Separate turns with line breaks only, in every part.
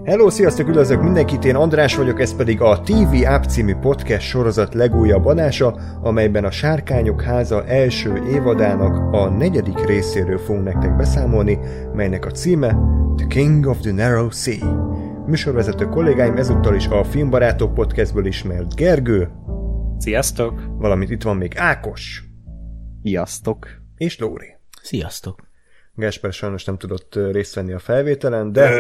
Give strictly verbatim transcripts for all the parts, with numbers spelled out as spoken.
Hello, sziasztok, üdvözlök mindenkit, én András vagyok, ez pedig a té vé App című podcast sorozat legújabb adása, amelyben a Sárkányok háza első évadának a negyedik részéről fogunk nektek beszámolni, melynek a címe The King of the Narrow Sea. Műsorvezető kollégáim ezúttal is a Filmbarátok podcastből ismert Gergő.
Sziasztok!
Valamint itt van még Ákos.
Sziasztok!
És Lóri.
Sziasztok!
Gásper sajnos nem tudott részt venni a felvételen, de...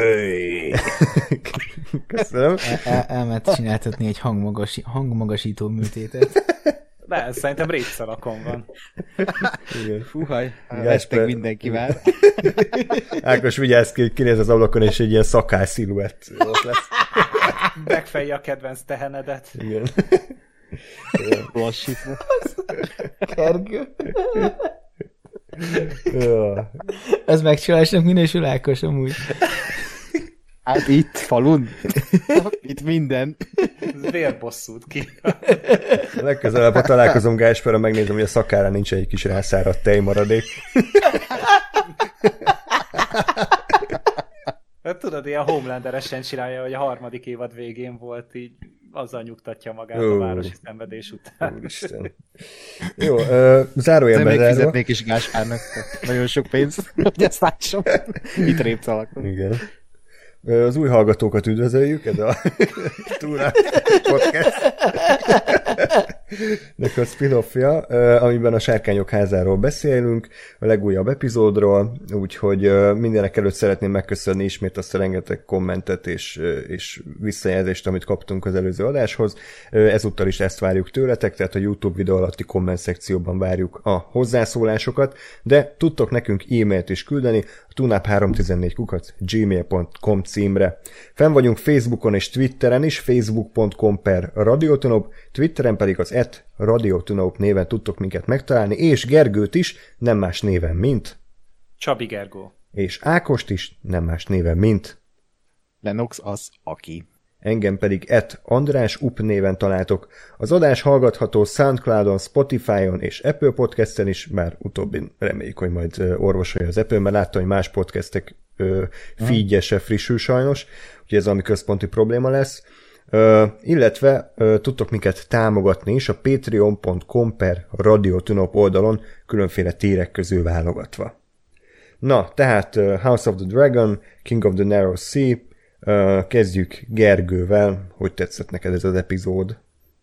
Köszönöm.
El, elment csináltatni egy hangmagas, hangmagasító műtétet.
De szerintem rétszalakon van.
Igen.
Fúhaj,
Gásper...
mindenki vár.
Ákos, vigyázz ki, kinéz az ablakon, és egy ilyen szakály sziluett ott lesz.
Megfejje a kedvenc tehenedet.
Igen.
Lassítva.
Gergő.
Ja.
Ez megcsalásnak minősül, Ákos, amúgy.
Hát itt, falun. Itt minden.
Ez vérbosszút ki.
Legközelebb, ha találkozom Gásperrel, megnézem, hogy a szakárán nincs egy kis rászáradt tejmaradék.
Hát tudod, ilyen Homelanderesen csinálja, hogy a harmadik évad végén volt, így azzal nyugtatja magát oh. a városi szenvedés után.
Úristen. Jó, uh, zárójelben
zárva.
Még
fizetnék is Gáspárnak. Nagyon sok pénz, hogy ezt lássam. Itt répszalakon.
Igen. Az új hallgatókat üdvözöljük, ez a Túrát podcast. Nek a spin-offja, amiben a Sárkányok házáról beszélünk, a legújabb epizódról, úgyhogy mindenek előtt szeretném megköszönni ismét azt a rengeteg kommentet és, és visszajelzést, amit kaptunk az előző adáshoz. Ezúttal is ezt várjuk tőletek, tehát a YouTube videó alatti komment szekcióban várjuk a hozzászólásokat, de tudtok nekünk e-mailt is küldeni, a tunap háromszáztizennégy kukac gmail pont com címre. Fenn vagyunk Facebookon és Twitteren is, facebook pont com per radiotonop, Twitteren pedig az et radiotonop néven tudtok minket megtalálni, és Gergőt is nem más néven, mint
Csabi Gergó.
És Ákost is nem más néven, mint
Lenox az, aki.
Engem pedig et András Up néven találtok. Az adás hallgatható Soundcloudon, Spotify-on és Apple Podcasten is, bár utóbbin reméljük, hogy majd orvosolja az Apple, mert láttam, hogy más podcastek feedje se frissül sajnos, úgyhogy ez ami központi probléma lesz. Uh, illetve uh, tudtok minket támogatni is a patreon pont com per radiotonop oldalon különféle térek közül válogatva. Na, tehát uh, House of the Dragon, King of the Narrow Sea, uh, kezdjük Gergővel. Hogy tetszett neked ez az epizód?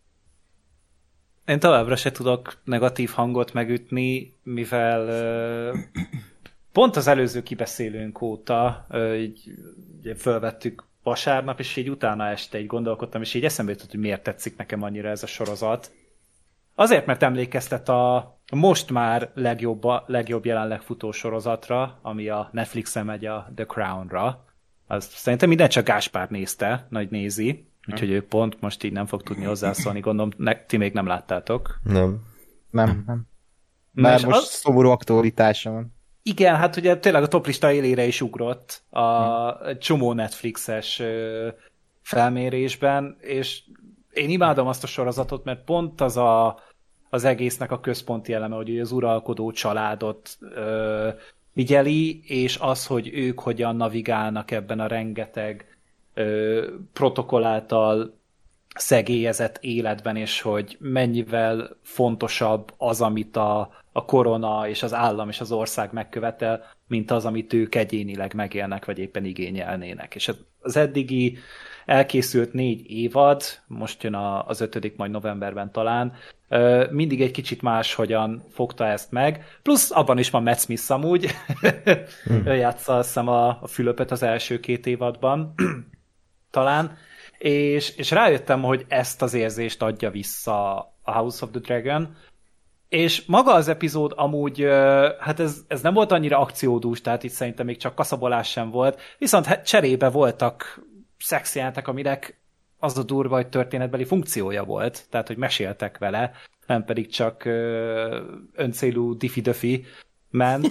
Én továbbra se tudok negatív hangot megütni, mivel uh, pont az előző kibeszélőnk óta uh, így, így fölvettük vasárnap, és így utána este így gondolkodtam, és így eszembe jutott, hogy miért tetszik nekem annyira ez a sorozat. Azért, mert emlékeztet a most már legjobb, legjobb jelenleg futó sorozatra, ami a Netflixen megy, a The Crown-ra. Azt szerintem minden csak Gáspár nézte, nagy nézi, úgyhogy ő pont most így nem fog tudni hozzászólni, gondolom, ne, ti még nem láttátok.
Nem.
Nem, nem. Már most az... szomorú aktualitása van.
Igen, hát ugye tényleg a toplista élére is ugrott a hmm. csomó Netflixes felmérésben, és én imádom azt a sorozatot, mert pont az a, az egésznek a központi eleme, hogy az uralkodó családot ö, figyeli, és az, hogy ők hogyan navigálnak ebben a rengeteg ö, protokoll által szegélyezett életben, és hogy mennyivel fontosabb az, amit a, a korona és az állam és az ország megkövetel, mint az, amit ők egyénileg megélnek, vagy éppen igényelnének. És az eddigi elkészült négy évad, most jön az ötödik, majd novemberben talán, mindig egy kicsit máshogyan fogta ezt meg, plusz abban is van Matt Smith amúgy, hmm. ő játsza azt hiszem a, a Fülöpöt az első két évadban, talán, És, és rájöttem, hogy ezt az érzést adja vissza a House of the Dragon, és maga az epizód amúgy, hát ez, ez nem volt annyira akciódús, tehát itt szerintem még csak kaszabolás sem volt, viszont cserébe voltak szexjelentek, aminek az a durva, hogy történetbeli funkciója volt, tehát hogy meséltek vele, nem pedig csak öncélú diffi-döfi ment.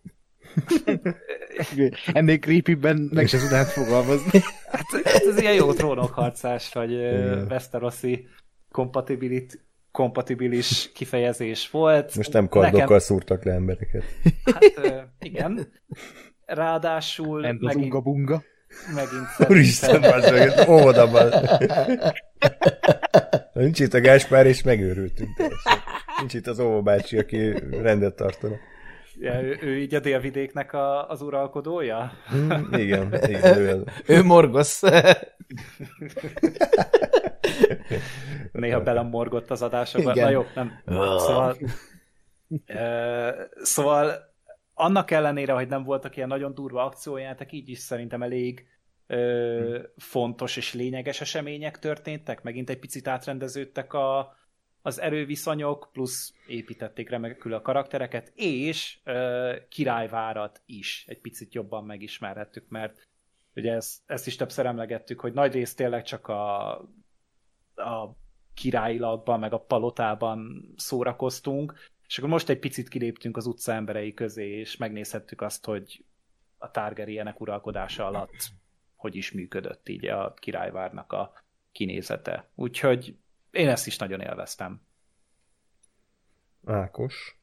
Ennél creepyben meg se tudnád fogalmazni.
Hát ez, ez ilyen jó trónokharcás, vagy Westerosi kompatibilis kifejezés volt.
Most nem kardokkal Nekem... szúrtak le embereket.
Hát igen. Ráadásul...
Megint... bunga.
megint
Úristen, bazdmeg, óvodában. Nincs itt a Gáspár, és megőrültünk teljesen. Nincs itt az óvóbácsi, aki rendet tartana.
Ja, ő, ő így a délvidéknek a, az uralkodója?
Mm, igen, igen, ő az.
Ő morgosz.
Néha belemorgott az adásokba.
Igen.
Na jó, nem. Szóval, uh, szóval annak ellenére, hogy nem voltak ilyen nagyon durva akciójátok, így is szerintem elég uh, fontos és lényeges események történtek. Megint egy picit átrendeződtek a, az erőviszonyok, plusz építették remekül a karaktereket, és uh, királyvárat is egy picit jobban megismerhettük, mert ugye ezt, ezt is többször emlegettük, hogy nagy részt tényleg csak a, a királylakban, meg a palotában szórakoztunk, és akkor most egy picit kiléptünk az utca emberei közé, és megnézhettük azt, hogy a Targaryenek uralkodása alatt hogy is működött így a királyvárnak a kinézete. Úgyhogy én ezt is nagyon élveztem.
Ákos.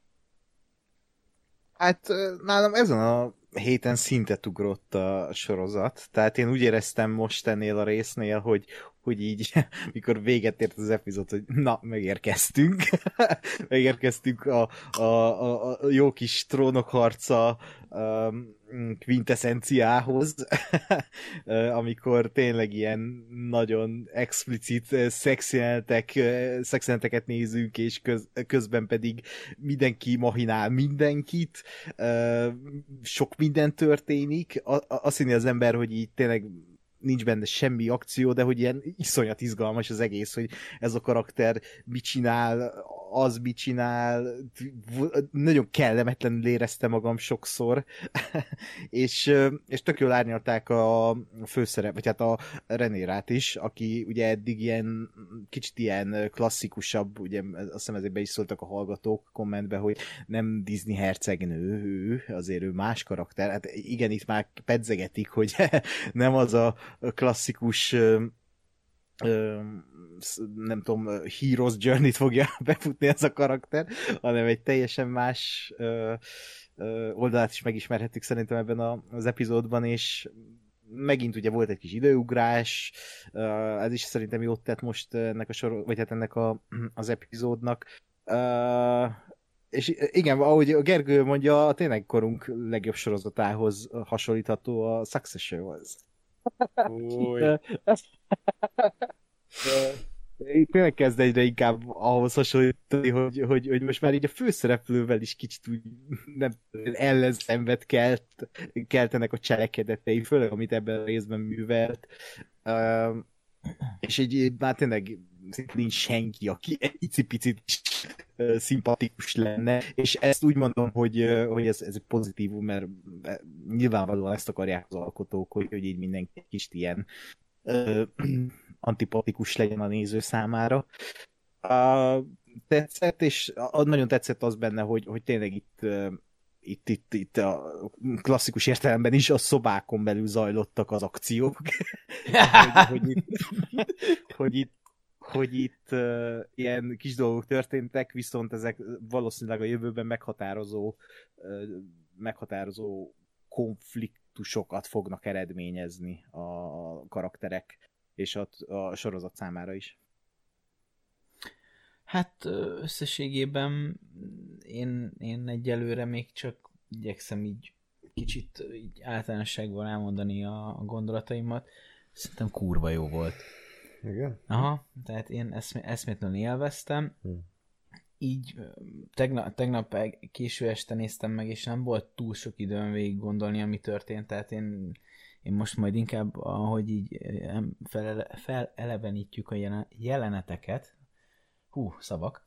Hát nálam ezen a héten szintet ugrott a sorozat, tehát én úgy éreztem most ennél a résznél, hogy, hogy így, mikor véget ért az epizód, hogy na, megérkeztünk. megérkeztünk a, a, a, a jó kis trónokharca um, quintessenciához, amikor tényleg ilyen nagyon explicit szexjelentek, szexjelenteket nézünk, és köz, közben pedig mindenki mahinál mindenkit, sok minden történik. Azt hinni az ember, hogy így tényleg nincs benne semmi akció, de hogy ilyen iszonyat izgalmas az egész, hogy ez a karakter mit csinál, az mit csinál, nagyon kellemetlenül éreztem magam sokszor, és, és tök jól árnyalták a főszerep, vagy hát a Renérát is, aki ugye eddig ilyen kicsit ilyen klasszikusabb, ugye azt hiszem ezért be is szóltak a hallgatók kommentbe, hogy nem Disney hercegnő, ő, azért ő más karakter, hát igen, itt már pedzegetik, hogy nem az a klasszikus nem tudom, Hero's Journey-t fogja befutni ez a karakter, hanem egy teljesen más oldalát is megismerhettük szerintem ebben az epizódban, és megint ugye volt egy kis időugrás, ez is szerintem jót tett most ennek a sor, vagy hát ennek a, az epizódnak. És igen, ahogy a Gergő mondja, tényleg korunk legjobb sorozatához hasonlítható a Succession-hoz. Itt tényleg kezd egyre inkább ahhoz hasonlítani, hogy, hogy, hogy most már így a főszereplővel is kicsit úgy nem ellenszenvet kelt, keltenek a cselekedetei, főleg amit ebben a részben művelt. Uh, és így már tényleg nincs senki, aki egy icipicit is uh, szimpatikus lenne, és ezt úgy mondom, hogy, uh, hogy ez, ez egy pozitívum, mert nyilvánvalóan ezt akarják az alkotók, hogy, hogy így mindenki kicsit ilyen uh, antipatikus legyen a néző számára. Uh, tetszett, és uh, nagyon tetszett az benne, hogy, hogy tényleg itt, uh, itt, itt, itt a klasszikus értelemben is a szobákon belül zajlottak az akciók. hogy, hogy itt, hogy itt hogy itt uh, ilyen kis dolgok történtek, viszont ezek valószínűleg a jövőben meghatározó uh, meghatározó konfliktusokat fognak eredményezni a karakterek és a, a sorozat számára is.
Hát összességében én, én egyelőre még csak igyekszem így kicsit így általánosságban elmondani a, a gondolataimat. Szerintem kurva jó volt.
Igen?
Aha, tehát én eszmé, eszmétlenül élveztem. Hmm. Így tegnap, tegnap késő este néztem meg, és nem volt túl sok időm végig gondolni, ami történt, tehát én, én most majd inkább, ahogy így fel, felelevenítjük a jeleneteket, hú, szavak,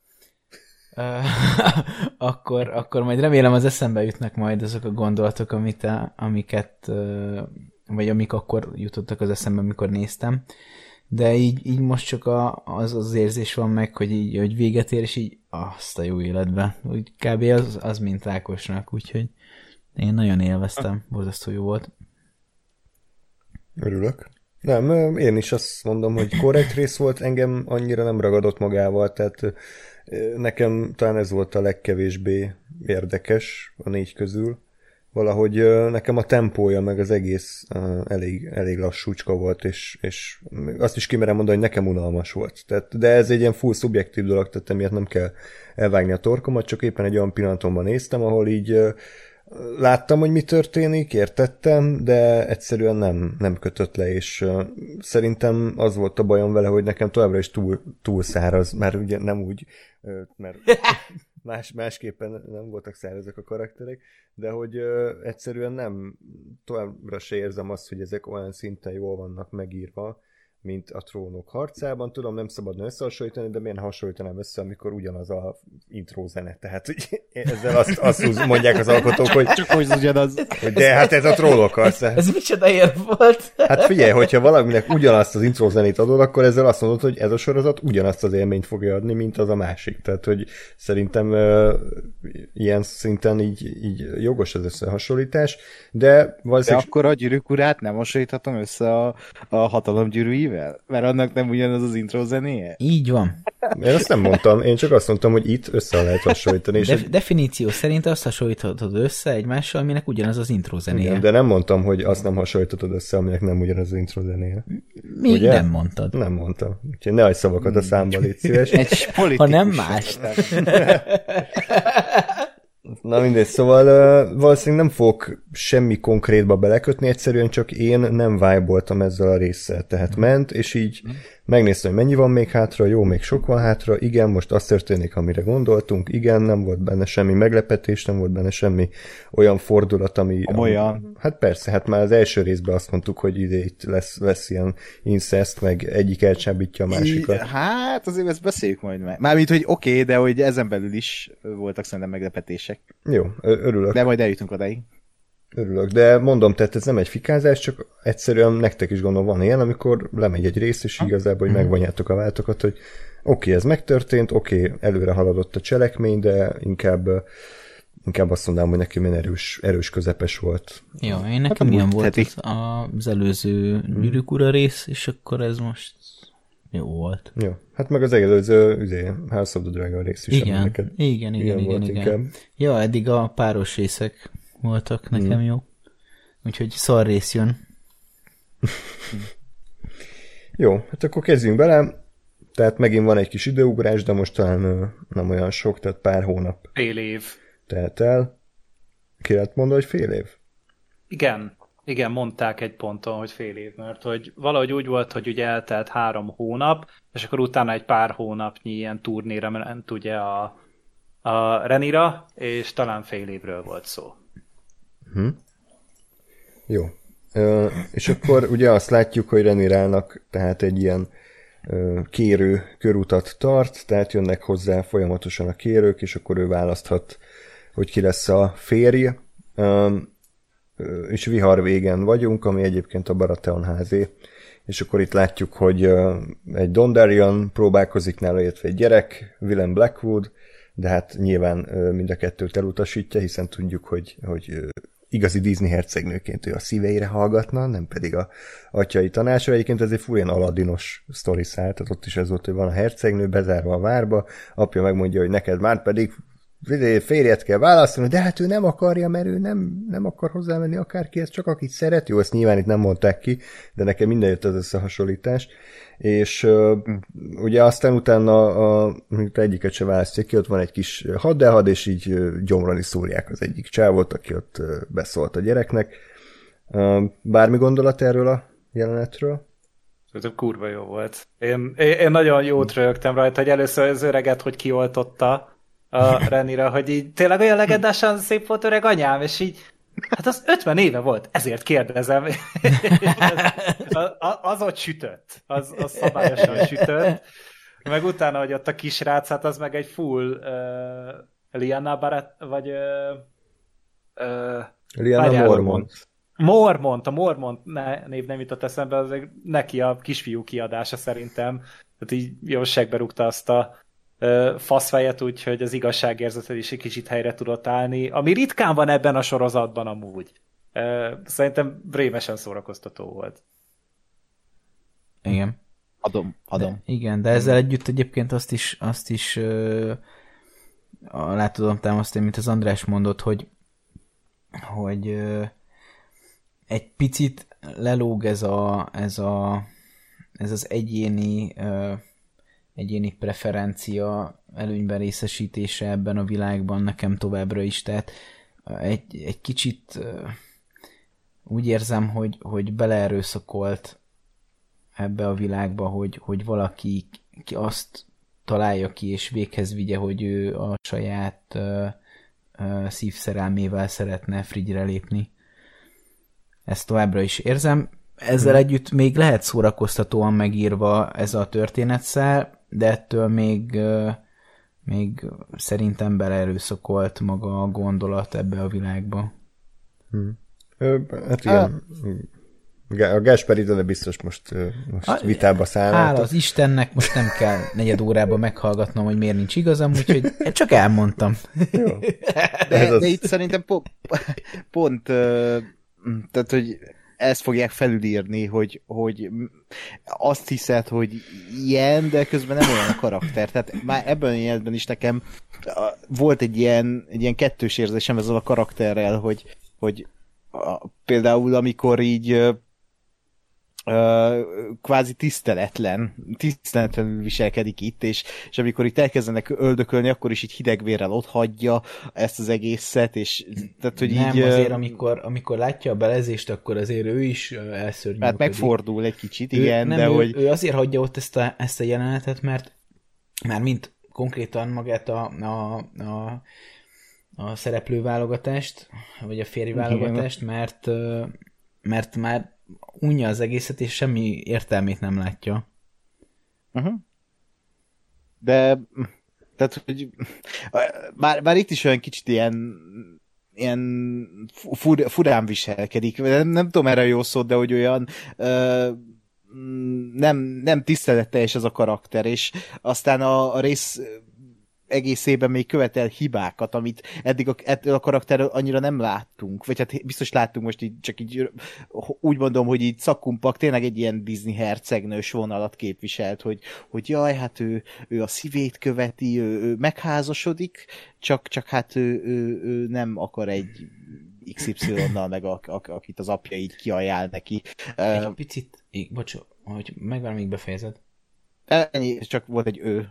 akkor, akkor majd remélem az eszembe jutnak majd azok a gondolatok, amit, amiket, vagy amik akkor jutottak az eszembe, amikor néztem. De így, így most csak a, az az érzés van meg, hogy így hogy véget ér, és így azt a jó életben. Úgy kb. az, az mint Ákosnak, úgyhogy én nagyon élveztem, borzasztó jó volt.
Örülök. Nem, én is azt mondom, hogy korrekt rész volt, engem annyira nem ragadott magával, tehát nekem talán ez volt a legkevésbé érdekes a négy közül, valahogy ö, nekem a tempója meg az egész ö, elég, elég lassúcska volt, és, és azt is kimerem mondani, hogy nekem unalmas volt. Tehát, de ez egy ilyen full szubjektív dolog, tehát emiatt nem kell elvágni a torkomat, csak éppen egy olyan pillanatomban néztem, ahol így ö, láttam, hogy mi történik, értettem, de egyszerűen nem, nem kötött le, és uh, szerintem az volt a bajom vele, hogy nekem továbbra is túl, túl száraz, már ugye nem úgy, uh, mert más, másképpen nem voltak szárazak a karakterek, de hogy uh, egyszerűen nem, továbbra se érzem azt, hogy ezek olyan szinten jól vannak megírva, mint a Trónok harcában. Tudom, nem szabadna összehasonlítani, de miért hasonlítanám össze, amikor ugyanaz a intro zene. Tehát hogy ezzel azt, azt mondják az alkotók, hogy...
Csak hogy ugyanaz.
Hogy de hát ez a Trónok harc.
Ez micsoda ér volt?
Hát figyelj, hogyha valaminek ugyanazt az intro zenét adod, akkor ezzel azt mondod, hogy ez a sorozat ugyanazt az élményt fogja adni, mint az a másik. Tehát, hogy szerintem uh, ilyen szinten így, így jogos az összehasonlítás, de valószínűleg...
De akkor a Gyűrűk urát nem hasonlíthatom össze a, a Hatalom gyűrűivel? Mert annak nem ugyanaz az intro zenéje?
Így van.
Én azt nem mondtam, én csak azt mondtam, hogy itt össze lehet hasonlítani. És
De-
egy...
Definíció szerint azt hasonlíthatod össze egymással, aminek ugyanaz az intro zenéje.
Igen, de nem mondtam, hogy azt nem hasonlíthatod össze, aminek nem ugyanaz az intro zenéje.
Mi
ugye?
nem mondtad.
Nem mondtam. Úgyhogy ne adj szavakat a számba, légy szíves.
Egy politikus.
Ha nem más.
Na mindegy, szóval uh, valószínűleg nem fogok semmi konkrétba belekötni, egyszerűen csak én nem vibe-oltam ezzel a résszel, tehát ment, és így megnéztem, hogy mennyi van még hátra, jó, még sok van hátra, igen, most azt történik, amire gondoltunk, igen, nem volt benne semmi meglepetés, nem volt benne semmi olyan fordulat, ami...
Olyan.
Ami, hát persze, hát már az első részben azt mondtuk, hogy ide itt lesz, lesz ilyen incest, meg egyik elcsábítja a másikat.
Hát azért ezt beszéljük majd meg. Mármint, hogy oké, okay, de hogy ezen belül is voltak szerintem meglepetések.
Jó, ö- örülök.
De majd eljutunk odáig.
Örülök, de mondom, tehát ez nem egy fikázás, csak egyszerűen nektek is gondolom van ilyen, amikor lemegy egy rész, és igazából, hogy megvonjátok a váltokat, hogy oké, okay, ez megtörtént, oké, okay, előre haladott a cselekmény, de inkább, inkább azt mondanám, hogy nekem ilyen erős, erős közepes volt.
Jó, én nekem
Hát,
ilyen volt
teti.
az, az előző Gyűrűk ura rész, és akkor ez most jó volt.
Jó, hát meg az előző üzé, House of the Dragon rész is.
Igen,
neked
igen, igen, igen,
volt
igen.
inkább.
Ja, eddig a páros részek voltak nekem
Mm.
jó. Úgyhogy szar rész jön.
Jó, hát akkor kezdjünk bele. Tehát megint van egy kis időugrás, de most talán ö, nem olyan sok, tehát pár hónap
Fél év.
telt el. Ki lehet mondani, hogy fél év?
Igen, igen, mondták egy ponton, hogy fél év, mert hogy valahogy úgy volt, hogy ugye eltelt három hónap, és akkor utána egy pár hónapnyi ilyen turnéra ment ugye a, a Renira, és talán fél évről volt szó.
Hm. Jó. Ö, és akkor ugye azt látjuk, hogy Renirának tehát egy ilyen ö, kérő körutat tart, tehát jönnek hozzá folyamatosan a kérők, és akkor ő választhat, hogy ki lesz a férj. Ö, és vihar végen vagyunk, ami egyébként a Baratheon házé. És akkor itt látjuk, hogy ö, egy Dondarrion próbálkozik nála, illetve egy gyerek, Willem Blackwood, de hát nyilván ö, mind a kettőt elutasítja, hiszen tudjuk, hogy, hogy ö, igazi Disney hercegnőként ő a szíveire hallgatna, nem pedig a atyai tanácsra. Egyébként ez egy furán aladinos sztori szállt, tehát ott is ez volt, hogy van a hercegnő bezárva a várba, apja megmondja, hogy neked már pedig férjet kell választani, de hát ő nem akarja, mert ő nem, nem akar hozzámenni akárkihez, csak akit szeret. Jó, ezt nyilván itt nem mondták ki, de nekem minden jött az összehasonlítás. És uh, ugye aztán utána a, a egyiket se választják ki, ott van egy kis haddelhad, és így uh, gyomrani szúrják az egyik csávot, aki ott uh, beszólt a gyereknek. Uh, bármi gondolat erről a jelenetről?
Ez kurva jó volt. Én, én, én nagyon jót rögtem rajta, hogy először az öreget, hogy kioltotta a Renira, hogy így tényleg olyan legendásan szép volt öreg anyám, és így hát az ötven éve volt, ezért kérdezem. az, az ott sütött, az, az szabályosan sütött. Meg utána, hogy ott a kisrác, hát az meg egy full uh, Lyanna Barat, vagy uh, uh,
Lyanna Mormont.
Mormont, a Mormont ne, név nem jutott eszembe, az neki a kisfiú kiadása szerintem. Tehát így jó segbe rúgta azt a faszfejet, úgyhogy az igazságérzeted is egy kicsit helyre tudott állni, ami ritkán van ebben a sorozatban amúgy. Szerintem rémesen szórakoztató volt.
Igen.
Adom, adom.
De, igen, de ezzel együtt egyébként azt is, azt is uh, alá tudom támasztani, mint az András mondott, hogy hogy ö, egy picit lelóg ez a, ez a ez az egyéni ö, egyéni preferencia előnyben részesítése ebben a világban nekem továbbra is, tehát egy, egy kicsit ö, úgy érzem, hogy, hogy beleerőszakolt ebbe a világba, hogy, hogy valaki ki azt találja ki és véghez vigye, hogy ő a saját ö, ö, szívszerelmével szeretne Frigyre lépni. Ezt továbbra is érzem. Ezzel együtt még lehet szórakoztatóan megírva ez a történetszál, de ettől még, ö, még szerintem beleerőszakolt maga a gondolat ebbe a világba.
Hmm. Ö, hát igen. A Gáspár ide biztos most, most a, vitába szállnátok.
Hála az Istennek, most nem kell negyed órában meghallgatnom, hogy miért nincs igazam, úgyhogy csak elmondtam.
Jó. De, az... de itt szerintem pont, pont tehát, hogy ezt fogják felülírni, hogy, hogy azt hiszed, hogy ilyen, de közben nem olyan a karakter. Tehát már ebben a jelentben is nekem volt egy ilyen, egy ilyen kettős érzésem ezzel a karakterrel, hogy, hogy a, például amikor így Uh, kvázi tiszteletlen, tiszteletlenül viselkedik itt, és, és amikor itt elkezdenek öldökölni, akkor is így hidegvérrel ott hagyja ezt az egészet, és tehát, hogy
nem,
így...
azért amikor, amikor látja a belezést, akkor azért ő is elszörnyűködik.
Hát megfordul egy kicsit,
ő,
igen,
nem,
de
ő,
hogy...
ő azért hagyja ott ezt a, ezt a jelenetet, mert már mint konkrétan magát a, a, a, a szereplőválogatást, vagy a férj válogatást, mert, mert már unja az egészet, és semmi értelmét nem látja.
Uh-huh. De tehát, hogy már, már itt is olyan kicsit ilyen ilyen fur, furán viselkedik. Nem, nem tudom erre jó szót, de hogy olyan uh, nem, nem tiszteletteljes ez a karakter, és aztán a, a rész egészében még követel hibákat, amit eddig a, ettől a karakterről annyira nem láttunk. Vagy hát biztos láttunk most így, csak így úgy mondom, hogy így Szakkumpak tényleg egy ilyen Disney hercegnős vonalat képviselt, hogy, hogy jaj, hát ő, ő a szívét követi, ő, ő megházasodik, csak, csak hát ő, ő, ő nem akar egy iksz ipszilonnal meg a, a, akit az apja így kiajánl neki.
Egy uh, picit, bocs, hogy megvan, még befejezed.
Ennyi, csak volt egy ő.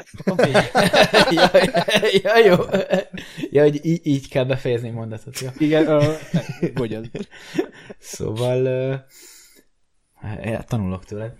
ja, ja, jó. Ja, hogy így, így kell befejezni mondatot. Ja.
Igen, uh, hogyan?
Szóval uh, tanulok tőled.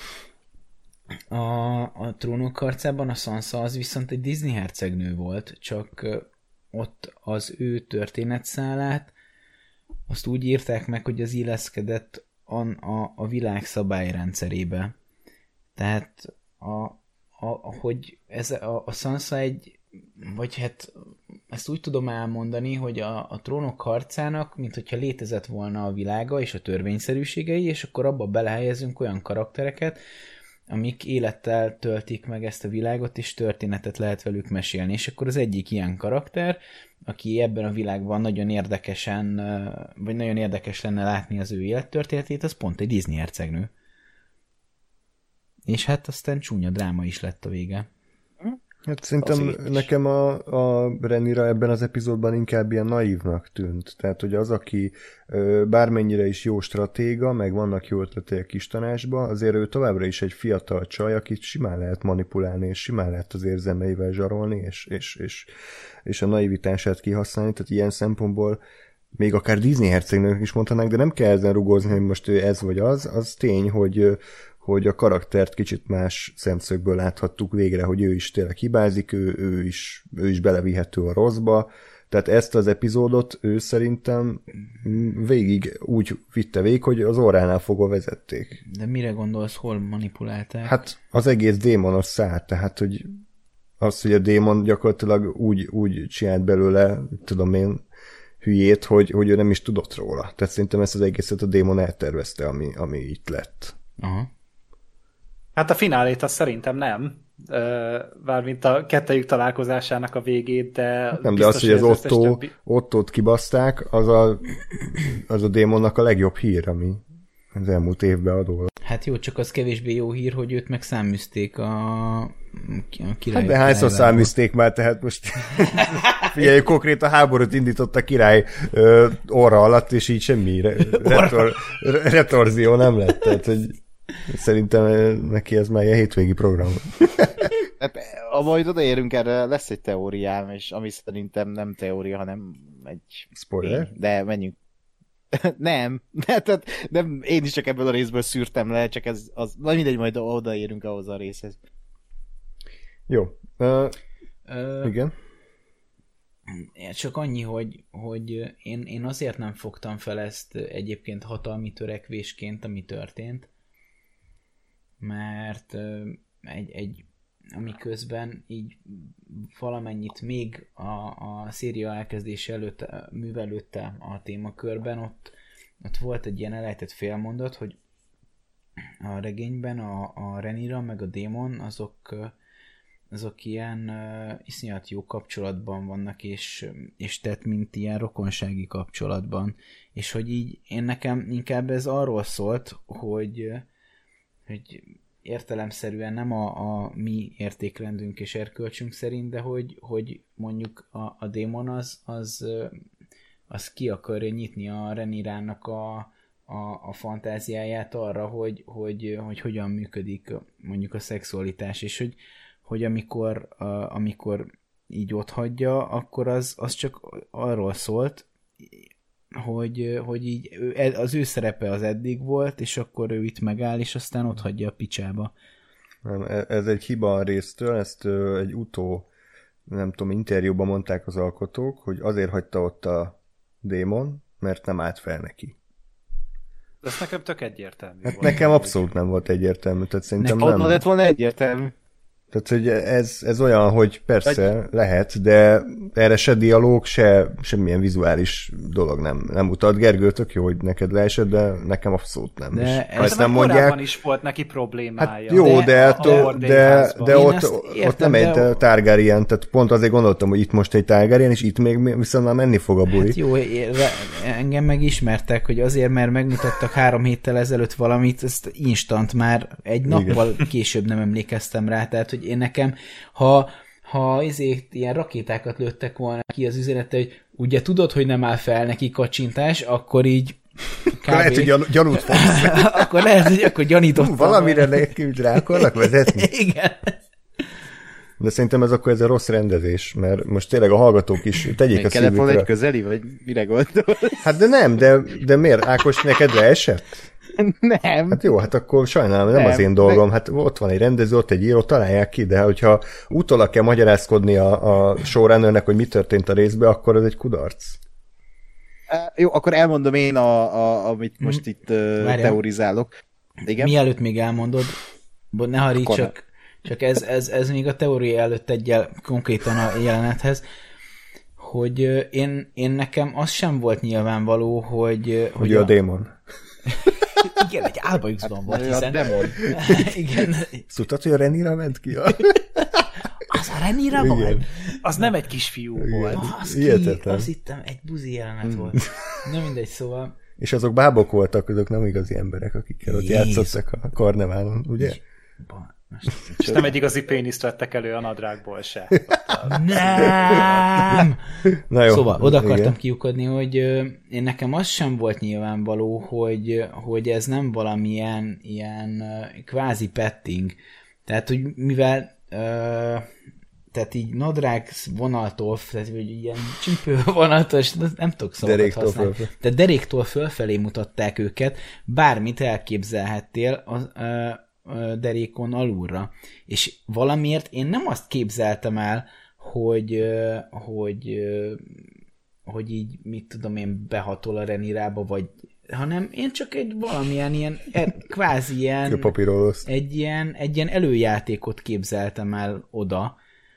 A, a Trónok harcában a Sansa az viszont egy Disney hercegnő volt, csak uh, ott az ő történetszálát azt úgy írták meg, hogy az illeszkedett a, a, a világ szabályrendszerébe. Tehát a, a, hogy ez a, a Sansa egy, vagy hát ezt úgy tudom elmondani, hogy a, a Trónok harcának, mint hogyha létezett volna a világa és a törvényszerűségei, és akkor abba belehelyezünk olyan karaktereket, amik élettel töltik meg ezt a világot, és történetet lehet velük mesélni. És akkor az egyik ilyen karakter, aki ebben a világban nagyon érdekesen, vagy nagyon érdekes lenne látni az ő élettörténetét, az pont egy Disney hercegnő. És hát aztán csúnya dráma is lett a vége.
Hát szerintem nekem a, a Rhaenyra ebben az epizódban inkább ilyen naívnak tűnt. Tehát, hogy az, aki ö, bármennyire is jó stratéga, meg vannak jó ötletei a kis tanácsba, azért ő továbbra is egy fiatal csaj, akit simán lehet manipulálni, és simán lehet az érzelmeivel zsarolni, és, és, és, és a naivitását kihasználni. Tehát ilyen szempontból még akár Disney hercegnőnek is mondhatnánk, de nem kell ezen rugózni, hogy most ő ez vagy az. Az tény, hogy hogy a karaktert kicsit más szemszögből láthattuk végre, hogy ő is tényleg hibázik, ő, ő, is, ő is belevihető a rosszba. Tehát ezt az epizódot ő szerintem végig úgy vitte végig, hogy az orránál fogva vezették.
De mire gondolsz, hol manipulálták?
Hát az egész démonos szállt, tehát hogy az, hogy a démon gyakorlatilag úgy, úgy csinált belőle, tudom én, hülyét, hogy, hogy ő nem is tudott róla. Tehát szerintem ezt az egészet a démon eltervezte, ami, ami itt lett.
Aha.
Hát a finálét az szerintem nem. Bármint a kettejük találkozásának a végét, de...
Hát nem, de az, hogy az Otto, többi... Ottót kibaszták, az a, az a démonnak a legjobb hír, ami, az elmúlt évben a dolog.
Hát jó, csak az kevésbé jó hír, hogy őt meg száműzték a, a király.
Hát de hányszor száműzték már, tehát most figyelj, konkrét a háborút indított a király ö, orra alatt, és így semmi re, retor, retorzió nem lett, tehát hogy szerintem neki ez már egy hétvégi program.
Hát, ha majd odaérünk erre, lesz egy teóriám, és ami szerintem nem teória, hanem egy...
Spoiler?
Én, de menjünk. nem, tehát nem, én is csak ebből a részből szűrtem le, csak ez az, na mindegy, majd odaérünk ahhoz a részhez.
Jó. Uh,
Ö,
igen.
Csak annyi, hogy, hogy én, én azért nem fogtam fel ezt egyébként hatalmi törekvésként, ami történt, mert egy, egy amiközben így valamennyit még a, a széria elkezdése előtt művelődte a témakörben, ott, ott volt egy ilyen elejtett félmondat, hogy a regényben a, a Rhaenyra meg a démon azok, azok ilyen uh, iszonyat jó kapcsolatban vannak, és, és tehát mint ilyen rokonsági kapcsolatban. És hogy így én nekem inkább ez arról szólt, hogy, hogy értelemszerűen nem a, a mi értékrendünk és erkölcsünk szerint, de hogy, hogy mondjuk a, a démon az, az, az ki akarja nyitni a Rhaenyrának a, a, a fantáziáját arra, hogy, hogy, hogy hogyan működik mondjuk a szexualitás, és hogy, hogy amikor, a, amikor így ott hagyja, akkor az, az csak arról szólt, hogy, hogy így az ő szerepe az eddig volt, és akkor ő itt megáll, és aztán ott hagyja a picsába.
Nem, ez egy hiba a résztől, ezt egy utó, nem tudom, interjúban mondták az alkotók, hogy azért hagyta ott a démon, mert nem állt fel neki.
Ez nekem tök egyértelmű
Hát
volt.
nekem abszolút nem volt egyértelmű, tehát szerintem
Nekem
nem.
ott lett volna egyértelmű.
Tehát, hogy ez, ez olyan, hogy persze lehet, de erre se dialóg, se semmilyen vizuális dolog nem, nem mutat. Gergő, tök jó, hogy neked leesett, de nekem abszolút nem.
De
és
ez
ha ezt nem mondják...
Korábban is volt neki problémája.
Hát jó, de, de,
a,
attól,
a
de, de ott,
értem,
ott nem egy
de...
Targaryen, tehát pont azért gondoltam, hogy itt most egy Targaryen, és itt még viszont már menni fog a buli.
Hát jó, engem megismertek, hogy azért, mert megmutattak három héttel ezelőtt valamit, ezt instant már egy nappal Igen. később nem emlékeztem rá, tehát hogy én nekem Ha, ha ezért ilyen rakétákat lőttek volna ki az üzenete, hogy ugye tudod, hogy nem áll fel neki kacsintás, akkor így
kb... Lehet, hogy gyan- gyanút fogsz.
Akkor lehet, hogy akkor gyanítottam.
Valamire nekünk rá akarnak vezetni.
Igen.
De szerintem ez akkor ez a rossz rendezés, mert most tényleg a hallgatók is tegyék
Még
a
kellett volna
szívükre.
egy közeli, vagy mire gondolsz?
Hát de nem, de, de miért? Ákos, neked leesett?
Nem.
Hát jó, hát akkor sajnálom, nem, nem az én dolgom. Meg... Hát ott van egy rendező, ott egy író, találják ki, de hogyha utólag kell magyarázkodni a, a showrunnernek, hogy mi történt a részbe, akkor ez egy kudarc.
Uh, jó, akkor elmondom én, a, a, amit most hmm. itt uh, teorizálok. Igen?
Mielőtt még elmondod, ne harríts, csak, csak ez, ez, ez még a teória előtt egyel konkrétan a jelenethez, hogy én, én nekem az sem volt nyilvánvaló, hogy...
Hogy a, a démon.
Igen, egy álbajuxban volt,
hát,
hiszen...
Demon.
Igen.
Tudtad, hogy a Rhaenyra ment ki? A...
Az a Rhaenyra volt?
Az nem egy kisfiú
Igen.
volt.
Az ki, azt hittem, egy buzi jelenet volt. Nem mindegy, szóval...
És azok bábok voltak, azok nem igazi emberek, akikkel ott Jézus. játszottak a karneválon, ugye?
Ba,
és nem egy igazi péniszt vettek elő a nadrágból se.
Nem!
Na jó,
szóval oda akartam
igen.
kiukadni, hogy ö, én nekem az sem volt nyilvánvaló, hogy, hogy ez nem valamilyen ilyen ö, kvázi petting. Tehát, hogy mivel ö, tehát így nadrág vonaltól, tehát hogy ilyen csípő vonaltól, nem tudok szavakat használni. Fölfelé. Tehát deréktól fölfelé mutatták őket, bármit elképzelhettél az, ö, derékon alulra. És valamiért én nem azt képzeltem el, hogy, hogy, hogy így, mit tudom én, behatol a Rhaenyrába, vagy hanem én csak egy valamilyen ilyen, kvázi ilyen, egy ilyen, egy ilyen előjátékot képzeltem el oda.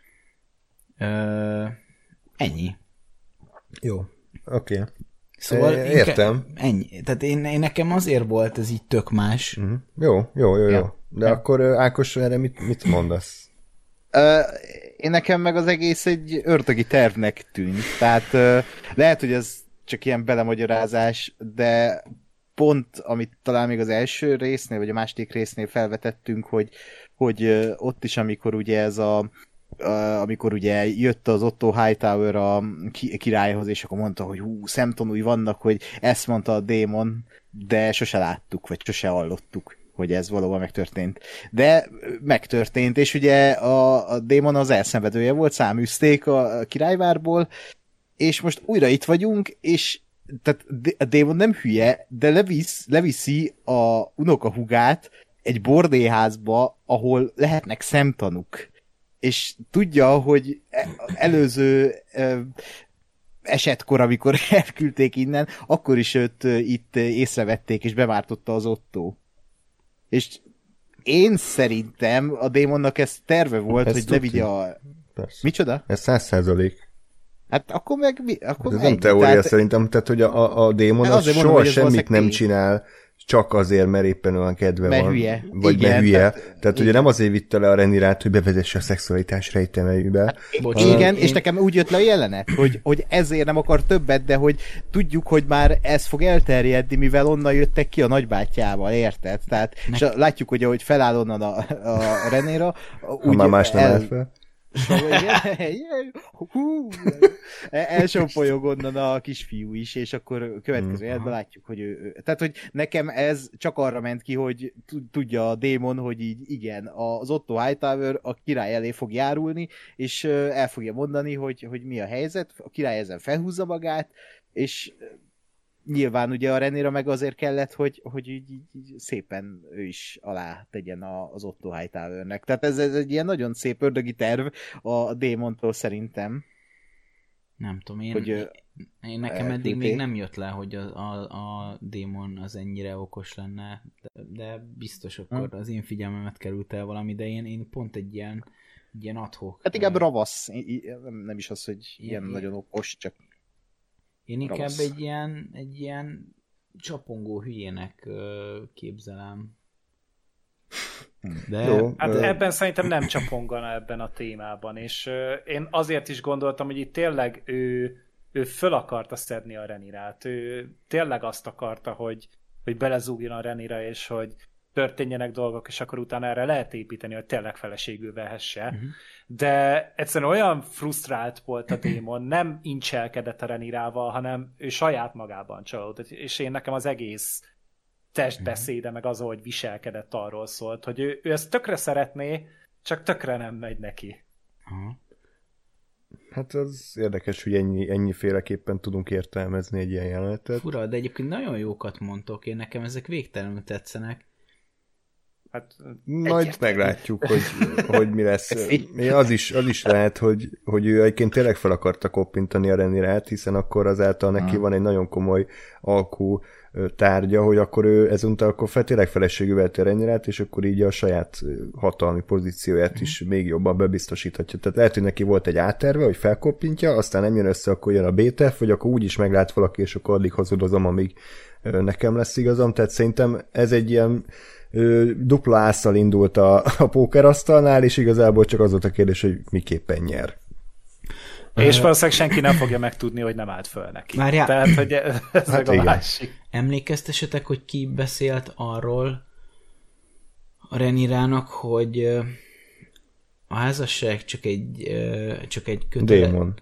Ö, ennyi.
Jó, oké. Okay.
Szóval
é, értem.
Ennyi. Tehát én, én nekem azért volt ez így tök más.
Uh-huh. Jó, jó, jó,
ja.
jó. De ja. akkor Ákos, erre mit, mit mondasz?
Uh, én nekem meg az egész egy ördögi tervnek tűnt. Tehát uh, lehet, hogy ez csak ilyen belemagyarázás, de pont, amit talán még az első résznél, vagy a második résznél felvetettünk, hogy, hogy ott is, amikor ugye ez a amikor ugye jött az Otto Hightower a királyhoz, és akkor mondta, hogy hú, szemtanúi vannak, hogy ezt mondta a démon, de sose láttuk, vagy sose hallottuk, hogy ez valóban megtörtént. De megtörtént, és ugye a, a démon az elszenvedője volt, száműzték a királyvárból, és most újra itt vagyunk, és tehát a démon nem hülye, de levisz, leviszi a unokahúgát egy bordélyházba, ahol lehetnek szemtanúk. És tudja, hogy előző esetkor, amikor elküldték innen, akkor is őt itt észrevették, és beváltotta az Otto. És én szerintem a démonnak ez terve volt, ez hogy levigye a...
Persze.
Micsoda?
Ez száz százalék.
Hát akkor meg... mi? Akkor
ez nem teória tehát... szerintem, tehát hogy a, a, a démon az soha mondom, semmit nem csinál, csak azért, mert éppen olyan kedve
mert
van.
Hülye.
Vagy
igen,
mert hülye.
Tehát,
tehát ugye nem azért vitte le a Renirát, hogy bevezesse a szexualitás rejtemélybe.
Hát, igen, és nekem úgy jött le a jelenet, hogy, hogy ezért nem akar többet, de hogy tudjuk, hogy már ez fog elterjedni, mivel onnan jöttek ki a nagybátyjával, érted? Tehát, és látjuk, hogy ahogy feláll onnan a, a Renéra,
úgy már más nem el... áll fel.
Elsompolyog onnan a kisfiú is, és akkor következő életben látjuk, hogy ő... Tehát, hogy nekem ez csak arra ment ki, hogy tudja a démon, hogy így igen, az Otto Hightower a király elé fog járulni, és el fogja mondani, hogy, hogy mi a helyzet, a király ezen felhúzza magát, és nyilván ugye a Renéra meg azért kellett, hogy, hogy így, így szépen ő is alá tegyen az Otto Hightowernek. Tehát ez, ez egy ilyen nagyon szép ördögi terv a démontól szerintem.
Nem tudom, én,
hogy,
én, én nekem eddig még nem jött le, hogy a, a, a démon az ennyire okos lenne, de, de biztos akkor hmm. az én figyelmemet került el valami, de én, én pont egy ilyen, egy ilyen adhok.
Hát inkább ravasz, nem, nem is az, hogy ilyen
én,
nagyon okos, csak
én inkább egy ilyen, egy ilyen csapongó hülyének képzelem.
De... Jó, hát ö... ebben szerintem nem csapongana ebben a témában, és én azért is gondoltam, hogy itt tényleg ő, ő föl akarta szedni a Renirát. Ő tényleg azt akarta, hogy, hogy belezúgjon a Renira, és hogy történjenek dolgok, és akkor utána erre lehet építeni, hogy tényleg feleségül vehesse. Uh-huh. De egyszerűen olyan frusztrált volt a démon, nem incselkedett a Renirával, hanem ő saját magában csalódott. És én nekem az egész testbeszéde, meg az, hogy viselkedett, arról szólt, hogy ő, ő ezt tökre szeretné, csak tökre nem megy neki.
Uh-huh.
Hát az érdekes, hogy ennyi, ennyiféleképpen tudunk értelmezni egy ilyen jelenetet.
Fura, de egyébként nagyon jókat mondtok, én nekem ezek végtelenül tetszenek.
Hát,
majd egyetlen. Meglátjuk, hogy, hogy mi lesz. Az is, az is lehet, hogy, hogy ő egyébként tényleg fel akarta koppintani a Renirát, hiszen akkor azáltal neki hmm. van egy nagyon komoly alkú tárgya, hogy akkor ő ezúttal akkor fel, tényleg feleségül veheti a Renirát, és akkor így a saját hatalmi pozícióját hmm. is még jobban bebiztosíthatja. Tehát lehet, hogy neki volt egy átterve, hogy felkoppintja, aztán nem jön össze, akkor jön a bé té ef, vagy akkor úgy is meglát valaki, és akkor addig hazudozom, amíg nekem lesz igazam. Tehát szerintem ez egy ilyen dupla ásszal indult a, a pókerasztalnál, és igazából csak az volt a kérdés, hogy miképpen nyer.
És valószínűleg senki nem fogja megtudni, hogy nem állt föl neki.
Várjál.
Tehát, hogy ez hát meg a másik.
Emlékeztesetek, hogy ki beszélt arról a Renirának, hogy a házasság csak egy csak egy kötele...
Démon.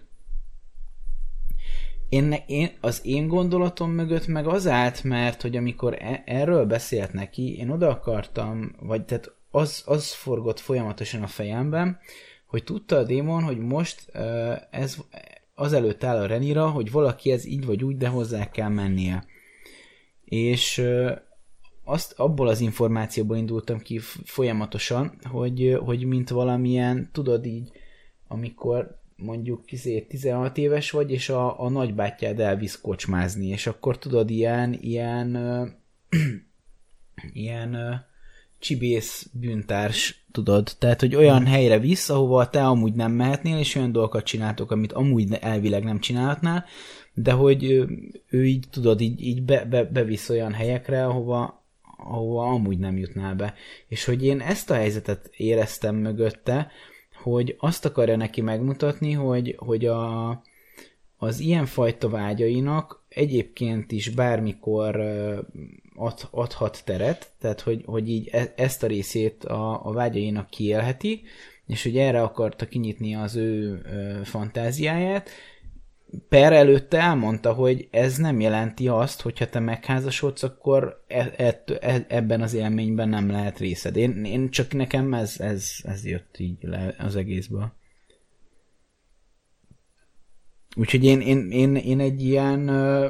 Én, én, az én gondolatom mögött meg az állt, mert hogy amikor e, erről beszélt neki, én oda akartam, vagy tehát az, az forgott folyamatosan a fejemben, hogy tudta a démon, hogy most uh, ez azelőtt áll a Renira, hogy valaki ez így vagy úgy, de hozzá kell mennie. És uh, azt abból az információból indultam ki folyamatosan, hogy, hogy mint valamilyen, tudod így, amikor mondjuk tizenhat éves vagy, és a, a nagybátyád elvisz kocsmázni, és akkor tudod, ilyen ilyen uh, ilyen uh, csibész bűntárs, tudod, tehát, hogy olyan helyre visz, ahova te amúgy nem mehetnél, és olyan dolgokat csináltok, amit amúgy elvileg nem csinálhatnál, de hogy ő, ő így, tudod, így, így be, be, bevisz olyan helyekre, ahova, ahova amúgy nem jutnál be. És hogy én ezt a helyzetet éreztem mögötte, hogy azt akarja neki megmutatni, hogy, hogy a, az ilyenfajta vágyainak egyébként is bármikor ad, adhat teret, tehát hogy, hogy így e, ezt a részét a, a vágyainak kiélheti, és hogy erre akarta kinyitni az ő ö, fantáziáját. Per előtte elmondta, hogy ez nem jelenti azt, hogyha te megházasodsz, akkor e, e, e, ebben az élményben nem lehet részed. Én, én csak nekem ez, ez, ez jött így le az egészből. Úgyhogy én, én, én, én egy ilyen ö,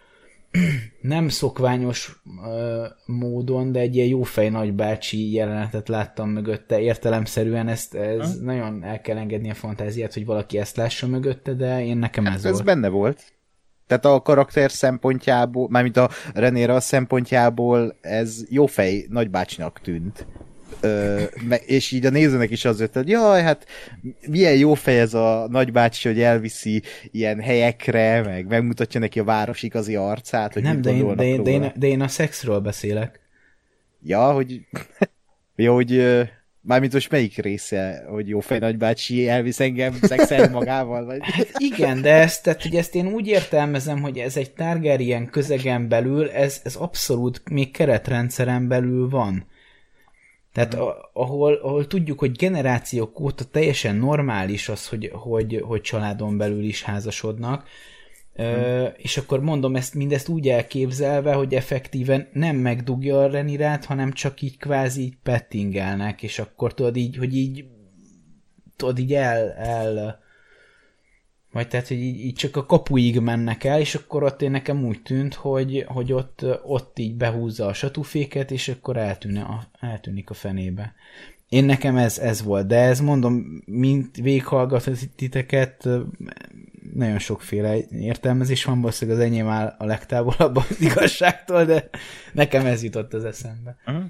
nem szokványos ö, módon, de egy ilyen jófej nagybácsi jelenetet láttam mögötte. Értelemszerűen ezt ez hmm. nagyon el kell engedni a fantáziát, hogy valaki ezt lássa mögötte, de én nekem
hát
ez,
ez
volt.
benne volt. Tehát a karakter szempontjából, mármint a Renéra szempontjából ez jófej nagybácsinak tűnt. Ö, és így a nézőnek is az jött, hogy jaj, hát milyen jó fej ez a nagybácsi, hogy elviszi ilyen helyekre, meg megmutatja neki a város igazi arcát, hogy
nem,
mit
de én, de, én, de, én, de én a szexről beszélek.
Ja, hogy ja, hogy mármint most melyik része, hogy jó fej nagybácsi elvisz engem szexelni magával? Vagy?
Hát igen, de ezt, tehát, hogy ezt én úgy értelmezem, hogy ez egy Targaryen közegen belül, ez, ez abszolút még keretrendszeren belül van. Tehát a, ahol, ahol tudjuk, hogy generációk óta teljesen normális az, hogy, hogy, hogy családon belül is házasodnak, hmm. Ö, és akkor mondom ezt mindezt úgy elképzelve, hogy effektíven nem megdugja a Renirát, hanem csak így kvázi pettingelnek, és akkor tudod így, hogy így tudod így el, el vagy tehát, hogy így, így csak a kapuig mennek el, és akkor ott én nekem úgy tűnt, hogy, hogy ott, ott így behúzza a satúféket, és akkor eltűne a, eltűnik a fenébe. Én nekem ez, ez volt, de ez mondom, mint végighallgatva titeket, nagyon sokféle értelmezés van, valószínűleg az enyém áll a legtávolabb az igazságtól, de nekem ez jutott az eszembe. Uh-huh.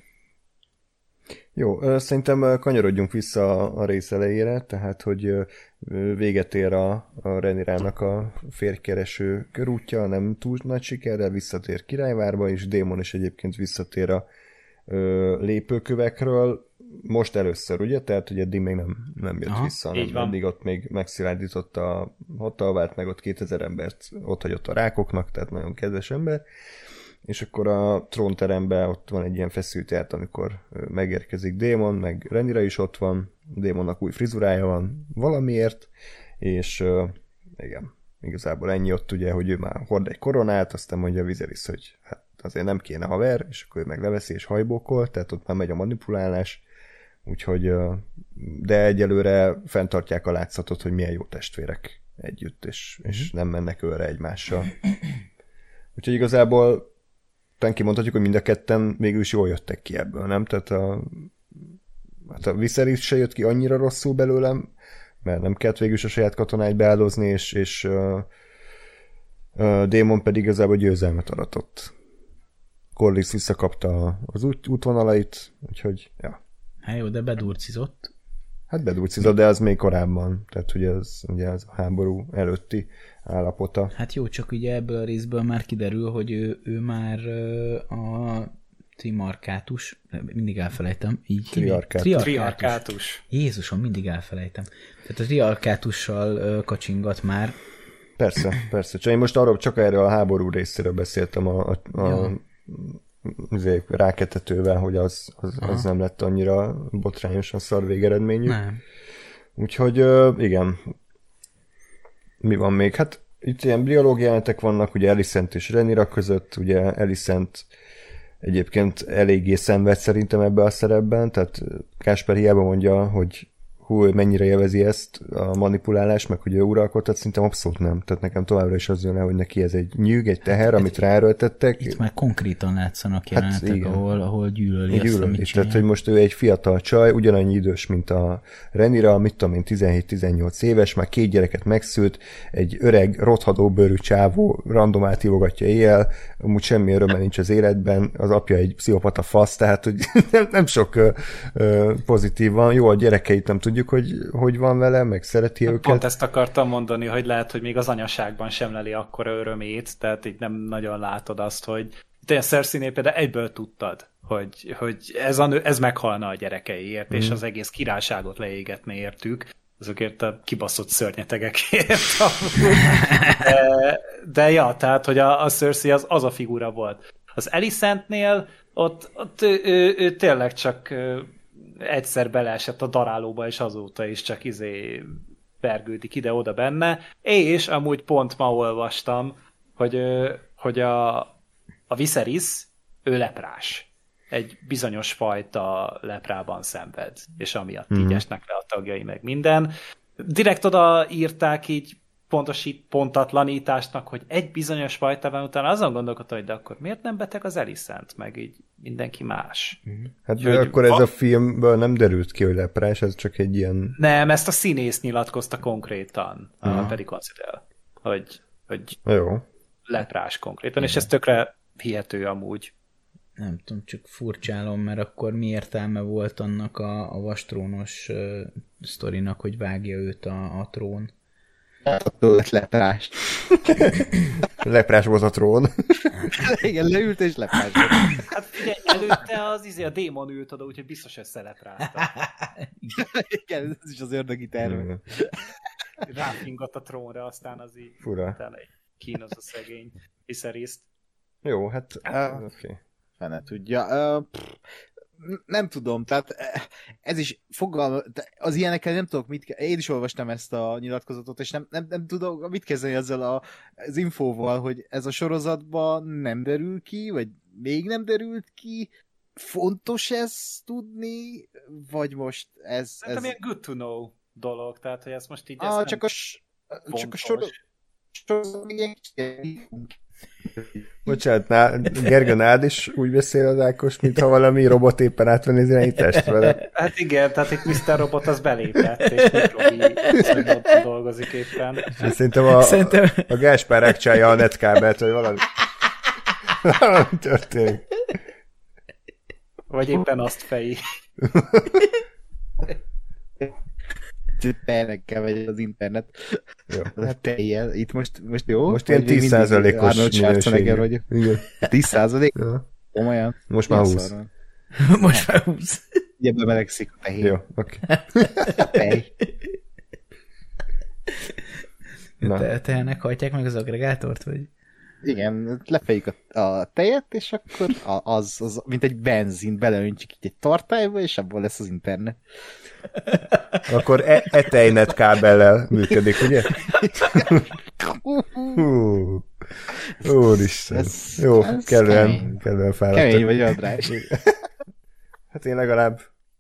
Jó, szerintem kanyarodjunk vissza a rész elejére, tehát, hogy véget ér a, a Renirának a férjkereső körútja, nem túl nagy sikerrel, visszatér Királyvárba, és Daemon is egyébként visszatér a ö, lépőkövekről, most először, ugye? Tehát, hogy eddig még nem, nem jött Aha, vissza, nem, eddig ott még megszilárdította a hatalmát, meg ott kétezer embert ott hagyott a rákoknak, tehát nagyon kedves ember. És akkor a trónteremben ott van egy ilyen feszült ját, amikor megérkezik Daemon, meg Rhaenyra is ott van, Daemonnak új frizurája van valamiért, és uh, igen, igazából ennyi ott ugye, hogy ő már hord egy koronát, aztán mondja Viserys, hogy hát azért nem kéne haver, és akkor ő meg leveszi és hajbókol, tehát ott már megy a manipulálás, úgyhogy, uh, de egyelőre fenntartják a látszatot, hogy milyen jó testvérek együtt, és, és nem mennek őre egymással. Úgyhogy igazából talán kimondhatjuk, hogy mind a ketten végül is jól jöttek ki ebből, nem? Tehát a, hát a Viserys se jött ki annyira rosszul belőlem, mert nem kellett végül is a saját katonáit beáldozni, és, és uh, uh, Daemon pedig igazából győzelmet aratott. Corlys visszakapta az út, útvonalait, úgyhogy, ja.
Hát jó, de bedurcizott.
Hát bedurcizott, de az még korábban, tehát ugye ez, ugye ez a háború előtti állapota.
Hát jó, csak ugye ebből a részből már kiderül, hogy ő, ő már a trimarkátus, mindig elfelejtem, így
triarkátus.
triarkátus. Triarkátus.
Jézusom, mindig elfelejtem. Tehát a triarkátussal kacsingat már.
Persze, persze. Csak én most arról csak erről a háború részéről beszéltem a, a, a ja. azért ráketetővel, hogy az, az, az nem lett annyira botrányosan szar végeredményű.
Nem.
Úgyhogy igen. Mi van még? Hát itt ilyen biológiáletek vannak, ugye Alicent és Rhaenyra között, ugye Alicent egyébként eléggé szenved szerintem ebbe a szerepben, tehát Kásper hiába mondja, hogy hú, mennyire élvezi ezt a manipulálást, meg hogy ő uralkodhat, szerintem abszolút nem. Tehát nekem továbbra is az jön le, hogy neki ez egy nyűg, egy teher, hát, amit ráerőltettek.
Itt már konkrétan látszanak jelenetek, hát, ahol, ahol gyűlöli
gyűlöli
azt, amit csinál.
Tehát, hogy most ő egy fiatal csaj, ugyanannyi idős, mint a Rhaenyra, mit tudom én, tizenhét-tizennyolc éves, már két gyereket megszült, egy öreg, rothadó bőrű csávó random átívogatja éjjel, amúgy semmi öröme nincs az életben, az apja egy pszichopata fasz, tehát hogy nem, nem sok ö, ö, pozitív van. Jó, a gyerekeit nem tudjuk, hogy hogy van vele, meg szereti őket.
Pont ezt akartam mondani, hogy lehet, hogy még az anyaságban sem leli akkora örömét, tehát így nem nagyon látod azt, hogy te a Cersei-nél például egyből tudtad, hogy, hogy ez, a nő, ez meghalna a gyerekeiért, mm. és az egész királyságot leégetné értük. azokért a kibaszott szörnyetegekért. de, de ja, tehát, hogy a, a Cersei az, az a figura volt. Az Alicentnél ott, ott ő, ő, ő tényleg csak egyszer beleesett a darálóba, és azóta is csak izé vergődik ide-oda benne, és amúgy pont ma olvastam, hogy, hogy a, a Viserys, ő leprás. Egy bizonyos fajta leprában szenved, és amiatt mm. így esnek le a tagjai, meg minden. Direkt oda írták így pontosít, pontatlanításnak, hogy egy bizonyos fajta van, utána azon gondolkodtam, hogy de akkor miért nem beteg az Alicent, meg így mindenki más.
Hát de akkor ez a filmből nem derült ki, hogy leprás, ez csak egy ilyen...
Nem, ezt a színész nyilatkozta konkrétan, a Perry Considel, hogy, hogy
jó.
leprás konkrétan, igen. És ez tökre hihető amúgy.
Nem tudom, csak furcsálom, mert akkor mi értelme volt annak a, a vastrónos uh, sztorinak, hogy vágja őt a, a trón?
Ott leprás.
Leprás volt a trón.
Igen, leült és leprás volt.
Hát figyelj, előtte az izé a démon ült oda, úgyhogy biztos összeleprázta.
Igen, ez is az ördögi terve.
Ráfingott a trónra, aztán az így
fura.
Egy kínoz a szegény Viserys-t.
Jó, hát
uh, oké. Okay. Fene tudja. Uh, pff, nem tudom, tehát ez is fogalma, az ilyenekkel nem tudok mit, én is olvastam ezt a nyilatkozatot, és nem, nem, nem tudom mit kezdeni ezzel a, az infóval, hogy ez a sorozatban nem derül ki, vagy még nem derült ki, fontos ez tudni, vagy most ez...
Hát ez... ilyen good to know dolog, tehát hogy ez most így... Ah,
ez csak, a, csak a sorozat...
Bocsánat, ná, Gergő, nád is úgy beszél az Ákos, mintha valami robot éppen átvenni az irányítást vele.
Hát igen, tehát itt miszter Robot az belépett, és Mikrobi dolgozik éppen.
És szerintem a, Szerintem... a Gáspár rákcsálja a netkábelt, vagy valami, valami történik.
Vagy éppen azt feji.
Perrekkel megy az internet. Jó. Hát teljel. Itt most, most jó?
Most ilyen tíz százalékos minőség.
Vagyok. tíz százalék? Ja. Komolyan?
Most már húsz.
Most már húsz.
Ugye bemelegszik a tehén.
Jó, oké.
Okay.
Te, tehenek hajtják meg az agregátort, vagy?
Igen, lefejük a, a tejet, és akkor az, az, mint egy benzin, beleöntjük így egy tartályba, és abból lesz az internet.
Akkor e- etejnet kábellel működik, ugye? Hú, úristen. Ez, Jó, ez kellően, kemény. kellően fáradtak.
Kemény vagy, András.
Hát én legalább...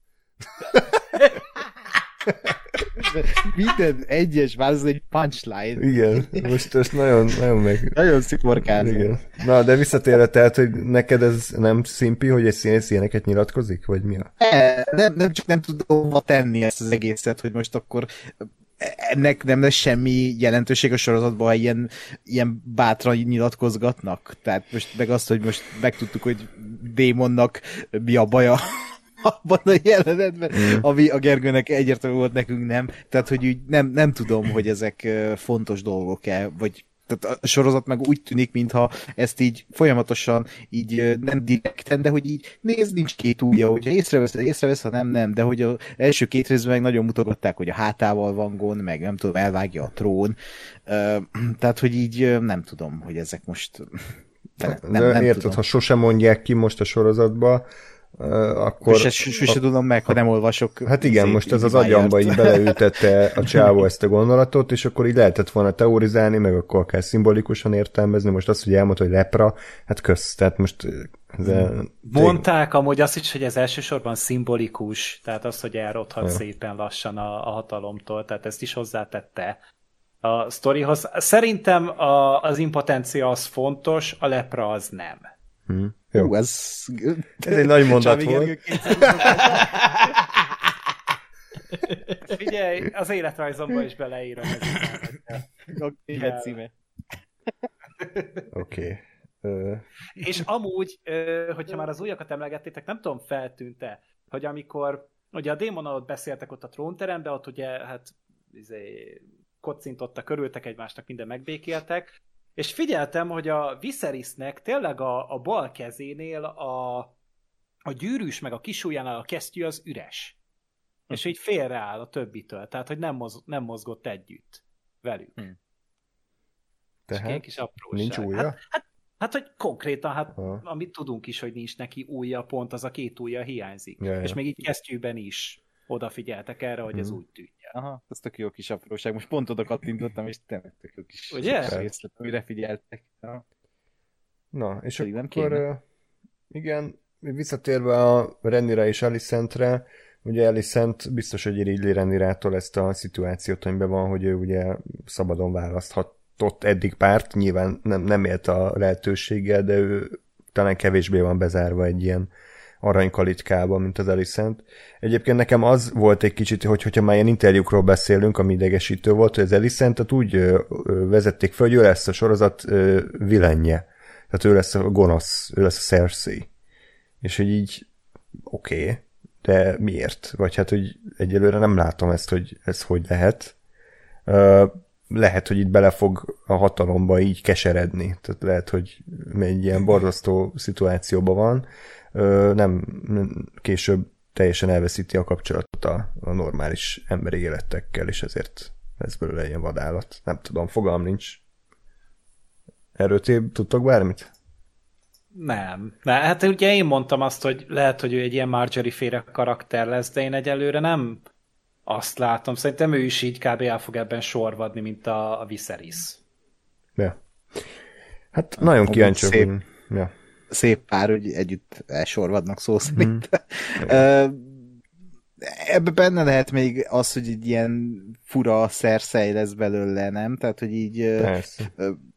Minden egyes válasz egy punchline.
Igen, most, most nagyon, nagyon meg...
Nagyon sziporkázom.
Igen. Na, de visszatérve, tehát, hogy neked ez nem szimpi, hogy egy színész ilyeneket nyilatkozik, vagy mi a...
Nem, nem, csak nem tudom hova tenni ezt az egészet, hogy most akkor ennek nem lesz semmi jelentőség a sorozatban, ha ilyen, ilyen bátran nyilatkozgatnak. Tehát most meg azt, hogy most megtudtuk, hogy Démonnak mi a baja abban a jelenetben, mm. ami a Gergőnek egyértelmű volt, nekünk nem. Tehát, hogy úgy nem, nem tudom, hogy ezek fontos dolgok-e, vagy tehát a sorozat meg úgy tűnik, mintha ezt így folyamatosan így nem direkten, de hogy így nézd, nincs két ujja, hogyha észrevesz, észrevesz, ha nem, nem, de hogy az első két részben meg nagyon mutogatták, hogy a hátával van gond, meg nem tudom, elvágja a trón. Tehát, hogy így nem tudom, hogy ezek most...
Nem, de nem érted, tudom. Ha sosem mondják ki most a sorozatba, Uh, akkor...
És ezt sose tudom meg, ha nem olvasok.
Hát igen, most ez az agyamba így beleültette a csávó ezt a gondolatot, és akkor így lehetett volna teorizálni, meg akkor kell szimbolikusan értelmezni. Most azt, hogy elmondta, hogy lepra, hát kösz. Tehát most... De...
Mondták amúgy azt is, hogy ez elsősorban szimbolikus, tehát az, hogy elrothat ja. szépen lassan a, a hatalomtól, tehát ezt is hozzátette a sztorihoz. Szerintem a, az impotencia az fontos, a lepra az nem.
Hmm.
Jó. Hú, ez...
ez egy nagy mondat volt.
Figyelj, az életrajzomban is beleírom.
Élet címe.
Oké. Okay.
És amúgy, hogyha már az újakat emlegettétek, nem tudom, feltűnt-e, hogy amikor ugye a démonnal ott beszéltek ott a trónteremben, ott ugye hát izé, kocintottak, körültek egymásnak, minden megbékéltek, és figyeltem, hogy a Viserysnek tényleg a, a bal kezénél a, a gyűrűs meg a kisujjánál a kesztyű az üres. és így félreáll a többitől, tehát hogy nem, moz, nem mozgott együtt velük. Hm.
Tehát
egy kis apróság.
nincs újja?
Hát, hát, hát, hogy konkrétan, hát
ha.
amit tudunk is, hogy nincs neki újja, pont az a két újja hiányzik.
Ja, ja.
És még így kesztyűben is odafigyeltek erre, hogy ez
hm.
úgy tűnjön.
Aha, ez tök jó kis apróság. Most pont oda kattintottam, és tényleg tök jó kis
Ugye?
részlet, amire figyeltek. Ja.
Na, és
Pedig nem
akkor
kéne.
uh, igen, visszatérve a Rhaenyra és Alicent-re, ugye Alicent biztos, hogy irigyli Rhaenyrától ezt a szituációt, amiben van, hogy ő ugye szabadon választhatott eddig párt, nyilván nem, nem élt a lehetőséggel, de ő talán kevésbé van bezárva egy ilyen aranykalitkába, mint az Alicent. Egyébként nekem az volt egy kicsit, hogy hogyha már ilyen interjúkról beszélünk, ami idegesítő volt, hogy az Alicentet úgy ö, ö, vezették fel, hogy ő lesz a sorozat ö, vilenje. Tehát ő lesz a gonosz, ő lesz a Cersei. És hogy így oké, okay, de miért? Vagy hát, hogy egyelőre nem látom ezt, hogy ez hogy lehet. Ö, lehet, hogy itt bele fog a hatalomba így keseredni. Tehát lehet, hogy egy ilyen borzasztó szituációban van. Ö, nem, később teljesen elveszíti a kapcsolatot a, a normális emberi életekkel, és ezért ez belőle ilyen vadállat. Nem tudom, fogalm nincs. Erről ti tudtok bármit?
Nem. Nem. Hát ugye én mondtam azt, hogy lehet, hogy ő egy ilyen Marjorie-féle karakter lesz, de én egyelőre nem azt látom. Szerintem ő is így kb. El fog ebben sorvadni, mint a, a Viserys.
Ja. Hát nagyon kíváncsi
szép.
vagyok. Ja.
Szép pár, hogy együtt elsorvadnak szó szerint. Mm. Ebbe benne lehet még az, hogy egy ilyen fura Cersei lesz belőle, nem? Tehát, hogy így...
Persze.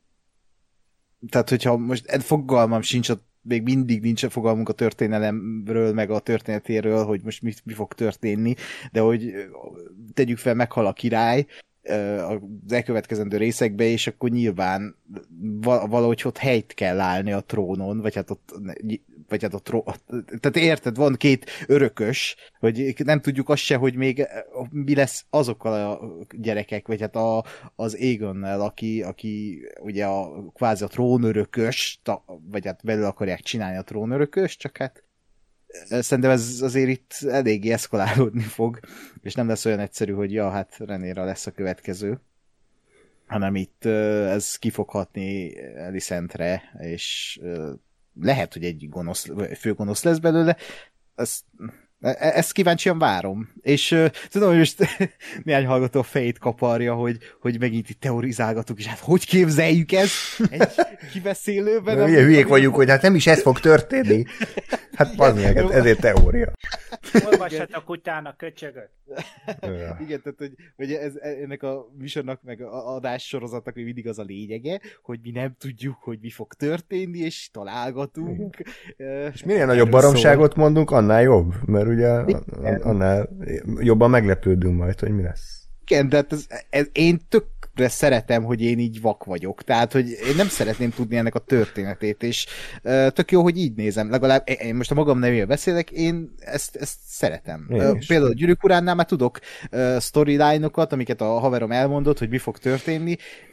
Tehát, hogyha most fogalmam sincs, még mindig nincs a fogalmunk a történelemről, meg a történetéről, hogy most mi, mi fog történni, de hogy tegyük fel, meghal a király az elkövetkezendő részekbe, és akkor nyilván valahogy ott helyt kell állni a trónon, vagy hát ott, vagy hát a tró... Tehát érted, van két örökös, hogy nem tudjuk azt se, hogy még mi lesz azokkal a gyerekek, vagy hát a, az Aegonnel, aki, aki ugye a kvázi a trónörökös, vagy hát belül akarják csinálni a trónörökös, csak hát szerintem ez azért itt eléggé eszkalálódni fog, és nem lesz olyan egyszerű, hogy ja, hát Rhaenyra lesz a következő, hanem itt ez ki fog hatni Alicent-re, és lehet, hogy egy gonosz, főgonosz lesz belőle, ezt, ezt kíváncsian várom. És uh, tudom, hogy most néhány hallgató a fejét kaparja, hogy, hogy megint itt teorizálgatunk, és hát hogy képzeljük ezt egy kibeszélőben?
Milyen hülyék vagyunk, hogy hát nem is ez fog történni. Hát bazd meg, ezért teória.
Olvassatok utána, köcsögök.
Igen, tehát, hogy, hogy ez, ennek a műsornak, meg a adássorozatnak még mindig az a lényege, hogy mi nem tudjuk, hogy mi fog történni, és találgatunk.
Igen. És minél nagyobb baromságot szól. mondunk, annál jobb, mert ugye annál jobban meglepődünk majd, hogy mi lesz.
Igen, de hát ez, ez, én tökre szeretem, hogy én így vak vagyok. Tehát, hogy én nem szeretném tudni ennek a történetét, és uh, tök jó, hogy így nézem. Legalább én most a magam nevével beszélek, én ezt, ezt szeretem. Uh, például a Gyűrűk Uránnál már tudok uh, storyline-okat, amiket a haverom elmondott, hogy mi fog történni.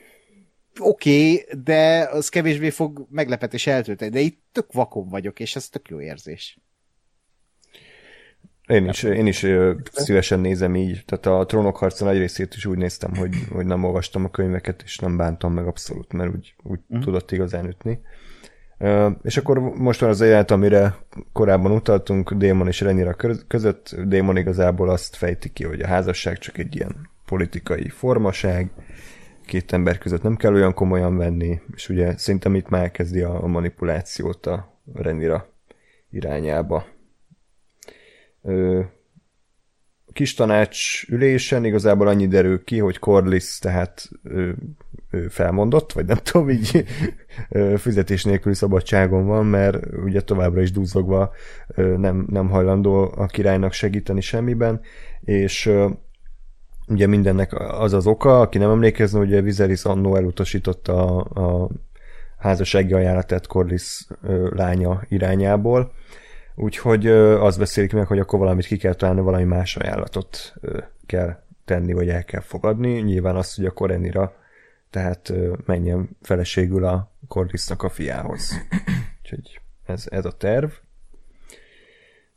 Oké, okay, de az kevésbé fog meglepetés eltölteni, de itt tök vakon vagyok, és ez tök jó érzés.
Én is, én is szívesen nézem így, tehát a Trónok harca nagy részét is úgy néztem, hogy, hogy nem olvastam a könyveket, és nem bántam meg abszolút, mert úgy, úgy uh-huh. tudott igazán ütni. Uh, és akkor most van az a jelenet, amire korábban utaltunk, Daemon és Rhaenyra között. Daemon igazából azt fejti ki, hogy a házasság csak egy ilyen politikai formaság, két ember között nem kell olyan komolyan venni, és ugye szerintem itt már elkezdi a manipulációt a Rhaenyra irányába. A kis tanács ülésen igazából annyi derül ki, hogy Corlys tehát ő, ő felmondott, vagy nem tudom, így fizetés nélküli szabadságon van, mert ugye továbbra is duzzogva nem, nem hajlandó a királynak segíteni semmiben, és ugye mindennek az az oka, aki nem emlékezne, ugye Viserys annó elutasította a, a házassági ajánlatát Corlys lánya irányából, úgyhogy azt beszélik meg, hogy akkor valamit ki kell találni, valami más ajánlatot kell tenni, vagy el kell fogadni. Nyilván az, hogy a Rhaenyra tehát menjen feleségül a Corlysnak a fiához. Úgyhogy ez, ez a terv.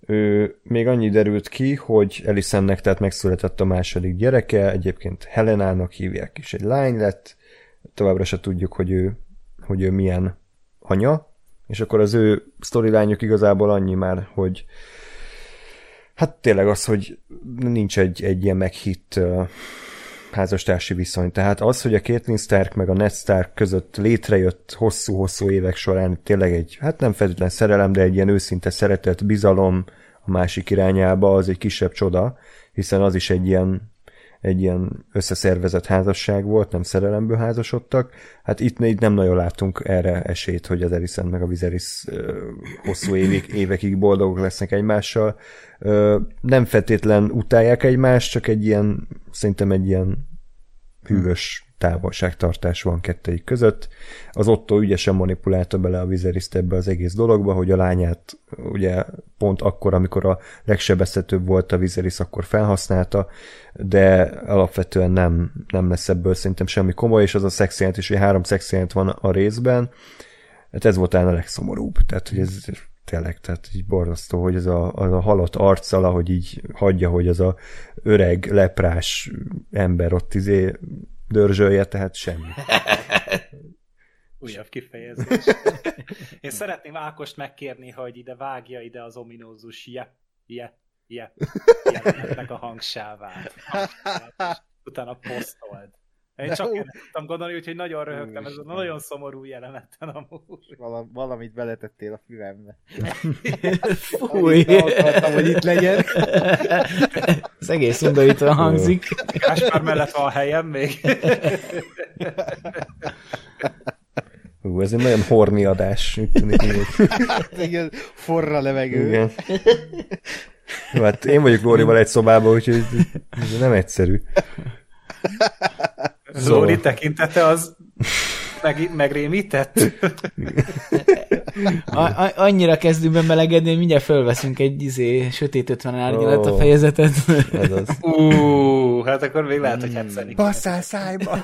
ő, még annyi derült ki, hogy Alicentnek tehát megszületett a második gyereke, egyébként Helenának hívják is, egy lány lett, továbbra se tudjuk, hogy ő, hogy ő milyen anya, és akkor az ő sztorilányok igazából annyi már, hogy hát tényleg az, hogy nincs egy, egy ilyen meghitt uh, házastársi viszony. Tehát az, hogy a Catelyn Stark meg a Ned Stark között létrejött hosszú-hosszú évek során tényleg egy, hát nem feltétlen szerelem, de egy ilyen őszinte szeretet, bizalom a másik irányába, az egy kisebb csoda, hiszen az is egy ilyen, egy ilyen összeszervezett házasság volt, nem szerelemből házasodtak. Hát itt, itt nem nagyon látunk erre esélyt, hogy az Alicent meg a Viserys uh, hosszú évig, évekig boldogok lesznek egymással. Uh, nem feltétlen utálják egymást, csak egy ilyen, szerintem egy ilyen hűvös távolságtartás van kettejük között. Az Otto ügyesen manipulálta bele a Viserys-t ebbe az egész dologba, hogy a lányát ugye pont akkor, amikor a legsebezhetőbb volt a Viserys, akkor felhasználta, de alapvetően nem, nem lesz ebből szerintem semmi komoly, és az a szexjelent is, hogy három szexjelent van a részben, hát ez volt talán a legszomorúbb, tehát hogy ez tényleg, tehát így borzasztó, hogy ez a, az a halott arccal, ahogy így hagyja, hogy az a öreg, leprás ember ott izé dörzsölje, tehát semmi.
Újabb kifejezés. Én szeretném Ákost megkérni, hogy ide vágja ide az ominózus je, je, je, jelenetnek a hangsávát. Utána posztold. Én csak erre tudtam gondolni, úgyhogy nagyon röhögtem, ez a nagyon szomorú jeleneten amúgy.
Val- valamit beletettél a fülembe.
Fúj!
Akartam, hogy itt legyen.
Ez egész undorítva hangzik.
Gáspár mellett van a helyem még.
Hú, ez egy nagyon horni adás.
Igen, forra levegő.
Igen. Jó, hát én vagyok Lórival egy szobában, úgyhogy ez nem egyszerű.
Szóval... Lóri tekintete az meg, megrémített?
A, a, annyira kezdünk be melegedni, hogy mindjárt fölveszünk egy izé, sötét ötven árnyalat
oh,
a fejezetet.
Ez az.
Uh, hát akkor még lehet, hogy hetszenik.
Basszál szájba!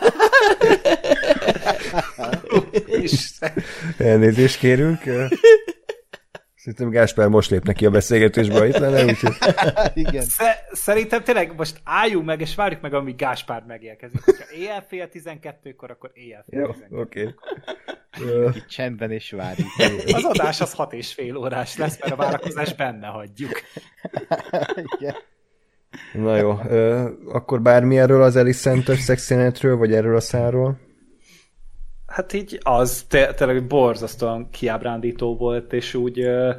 Isten.
Elnézést kérünk. Szerintem Gáspár most lép neki a beszélgetésbe, ha itt lenne, úgyhogy...
Igen.
Sze- szerintem tényleg most álljunk meg, és várjuk meg, amíg Gáspár megérkezik. Ha éjjel fél tizenkettőkor, akkor éjjel fél tizenkettőkor.
Oké.
Okay. Itt csendben és várjuk.
Az adás az hat és fél órás lesz, mert a várakozás benne hagyjuk.
Igen.
Na jó, ö, akkor bármi erről az Alicent-ös szexjelenetről, vagy erről a száról?
Hát így az te- tényleg borzasztóan kiábrándító volt, és úgy ö,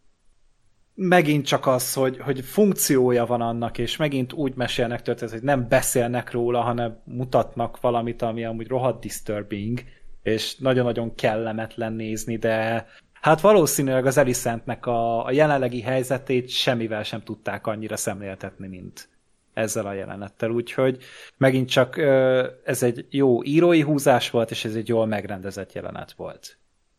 megint csak az, hogy, hogy funkciója van annak, és megint úgy mesélnek történet, hogy nem beszélnek róla, hanem mutatnak valamit, ami amúgy rohadt disturbing, és nagyon-nagyon kellemetlen nézni, de hát valószínűleg az Alicentnek a, a jelenlegi helyzetét semmivel sem tudták annyira szemléltetni, mint ezzel a jelenettel, úgyhogy megint csak ez egy jó írói húzás volt, és ez egy jól megrendezett jelenet volt.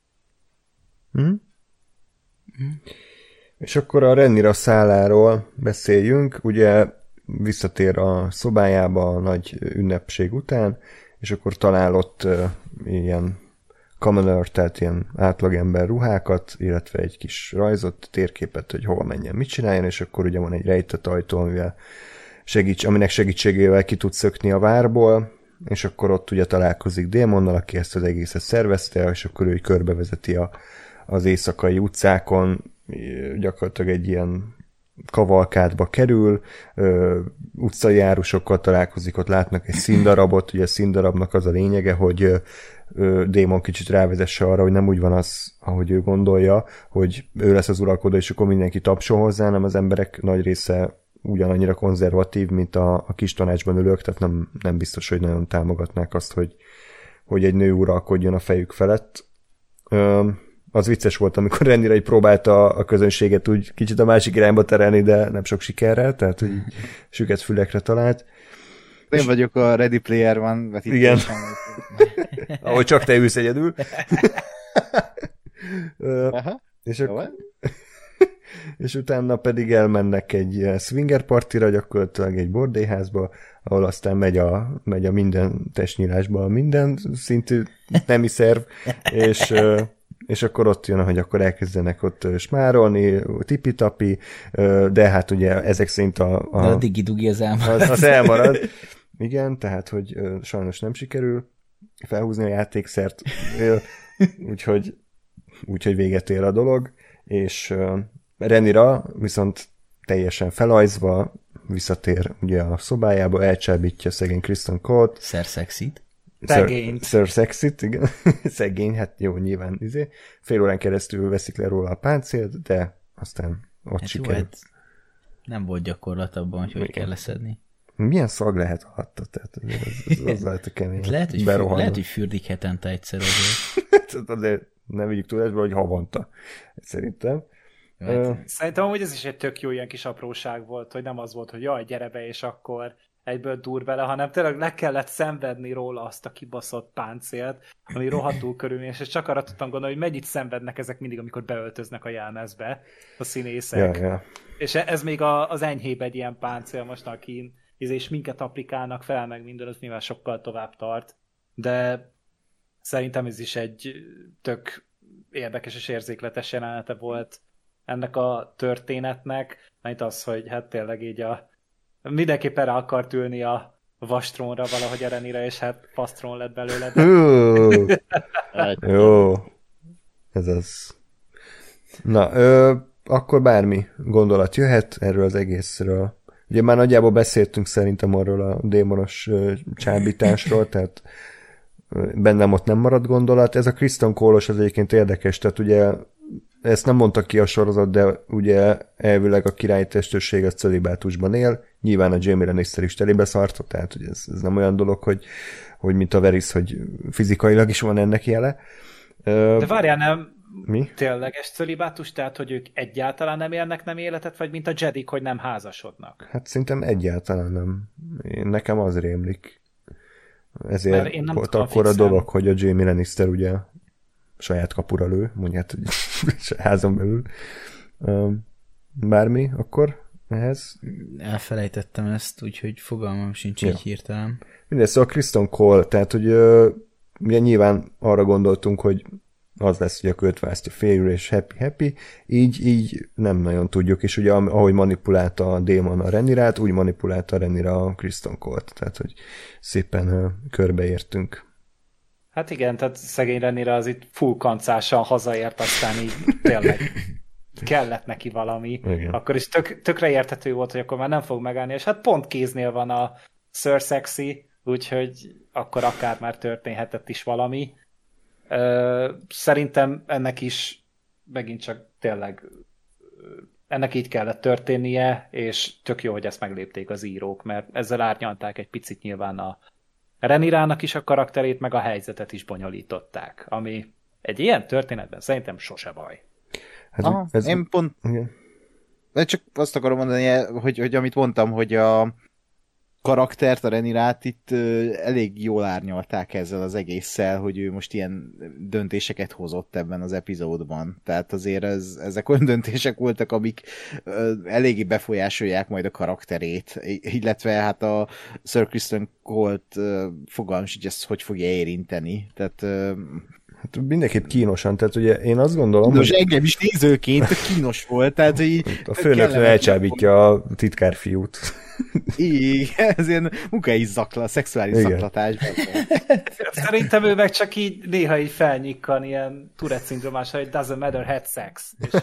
Mm. Mm. És akkor a Rhaenyra szálláról beszéljünk, ugye visszatér a szobájába a nagy ünnepség után, és akkor talál ott uh, ilyen commoner, tehát ilyen átlagember ruhákat, illetve egy kis rajzott térképet, hogy hova menjen, mit csináljon, és akkor ugye van egy rejtett ajtó, amivel segíts, aminek segítségével ki tud szökni a várból, és akkor ott ugye találkozik Daemonnal, aki ezt az egészet szervezte, és akkor ő körbevezeti a, az éjszakai utcákon, gyakorlatilag egy ilyen kavalkádba kerül, ö, utcai járusokkal találkozik, ott látnak egy színdarabot, ugye a színdarabnak az a lényege, hogy ö, Daemon kicsit rávezesse arra, hogy nem úgy van az, ahogy ő gondolja, hogy ő lesz az uralkodó, és akkor mindenki tapsol hozzá, hanem az emberek nagy része ugyanannyira konzervatív, mint a, a kis tanácsban ülők, tehát nem, nem biztos, hogy nagyon támogatnák azt, hogy, hogy egy nő uralkodjon a fejük felett. Ö, az vicces volt, amikor Rhaenyra így próbálta a közönséget úgy kicsit a másik irányba terelni, de nem sok sikerrel, tehát hogy süket fülekre talált.
Én és... vagyok a Ready Player One vetítés.
Igen. Ahogy csak te ülsz egyedül.
Aha.
És, ak- és utána pedig elmennek egy swinger partira, gyakorlatilag egy bordélyházba, ahol aztán megy a, megy a minden testnyílásba a minden szintű nemi szerv, és és akkor ott jön, hogy akkor elkezdenek ott smárolni, tipi-tapi, de hát ugye ezek szerint a... a
de a digi-dugi az elmarad.
Az, az elmarad. Igen, tehát, hogy sajnos nem sikerül felhúzni a játékszert, úgyhogy, úgyhogy véget ér a dolog, és Renira viszont teljesen felajzva visszatér ugye a szobájába, elcsábítja szegény Kristen Cole-t.
Sir Sexit.
Szegényt.
Sir Sexit, igen. Szegény, hát jó, nyilván izé. Fél órán keresztül veszik le róla a páncélt, de aztán ott hát sikerül. Jó, hát
nem volt gyakorlat abban, hogy hogy kell leszedni.
Milyen szag lehet alatta? Tehát ez, ez, az lehet a kemény.
Lehet, hogy, für, lehet, hogy fürdik hetente egyszer azért.
De nem vigyük tudásba, hogy havonta. Szerintem.
Uh, Szerintem amúgy ez is egy tök jó ilyen kis apróság volt, hogy nem az volt, hogy jaj, gyere be, és akkor egyből dur bele, hanem tényleg le kellett szenvedni róla azt a kibaszott páncélt, ami rohadtul körülményes, és csak arra tudtam gondolni, hogy mennyit szenvednek ezek mindig, amikor beöltöznek a jelmezbe a színészek.
Ja, ja.
És ez még a, az enyhébb egy ilyen páncél most, akin és minket applikálnak fel, meg minden, az nyilván sokkal tovább tart, de szerintem ez is egy tök érdekes és érzékletes jelenete volt ennek a történetnek, mert az, hogy hát tényleg így a mindenképpen rá akart ülni a vastrónra valahogy Renira, és hát pasztrón lett belőle. De...
Jó. Ez az. Na, ö, akkor bármi gondolat jöhet erről az egészről. Ugye már nagyjából beszéltünk szerintem arról a démonos ö, csábításról, tehát ö, bennem ott nem maradt gondolat. Ez a Kristen Cole-os az egyébként érdekes, tehát ugye ezt nem mondta ki a sorozat, de ugye elvileg a királyi testőrség az celibátusban él, nyilván a Jaime Lannister is telébe szarta, tehát hogy ez, ez nem olyan dolog, hogy, hogy mint a Varys, hogy fizikailag is van ennek jele.
De várjál, nem
Mi?
tényleges celibátus, tehát hogy ők egyáltalán nem élnek nem életet, vagy mint a Jedik, hogy nem házasodnak?
Hát szerintem egyáltalán nem. Én, nekem az rémlik. Ezért volt akkor a dolog, hogy a Jaime Lannister ugye saját kapura lő, mondját, hogy házon belül. Bármi, akkor ehhez?
Elfelejtettem ezt, úgyhogy fogalmam sincs ja. így hirtelen.
Mindegy, szóval Kristen Cole, tehát, hogy ugye nyilván arra gondoltunk, hogy az lesz, hogy a költ választja félül, és happy-happy, így, így nem nagyon tudjuk, és ugye ahogy manipulálta a démon a Renirát, úgy manipulálta a Renira a Kristen Cole-t, tehát, hogy szépen körbeértünk.
Hát igen, tehát szegény Renira az itt full kancással hazaért, aztán így tényleg kellett neki valami.
Igen.
Akkor is tök, tökre érthető volt, hogy akkor már nem fog megállni, és hát pont kéznél van a Sir Sexy, úgyhogy akkor akár már történhetett is valami. Szerintem ennek is megint csak tényleg ennek így kellett történnie, és tök jó, hogy ezt meglépték az írók, mert ezzel árnyalták egy picit nyilván a Renirának is a karakterét, meg a helyzetet is bonyolították, ami egy ilyen történetben szerintem sose baj.
Hát, Aha, ez... Én pont... Igen. Csak azt akarom mondani, hogy, hogy amit mondtam, hogy a karaktert, a Renirát itt elég jól árnyalták ezzel az egésszel, hogy ő most ilyen döntéseket hozott ebben az epizódban. Tehát azért ez, ezek olyan döntések voltak, amik eléggé befolyásolják majd a karakterét, illetve hát a Sir Kristen Cole-t fogalmam sincs, ezt hogy fogja érinteni. Tehát
hát mindenképp kínosan, tehát ugye én azt gondolom,
Nos, hogy... engem is nézőként kínos volt, tehát hogy...
A főnöknő elcsábítja a titkárfiút.
Igen, ez ilyen munkai zakla, szexuális igen. zaklatásban.
Szerintem ő meg csak így néha így felnyikkan ilyen Tourette-szindrómásra, hogy doesn't matter, had sex. És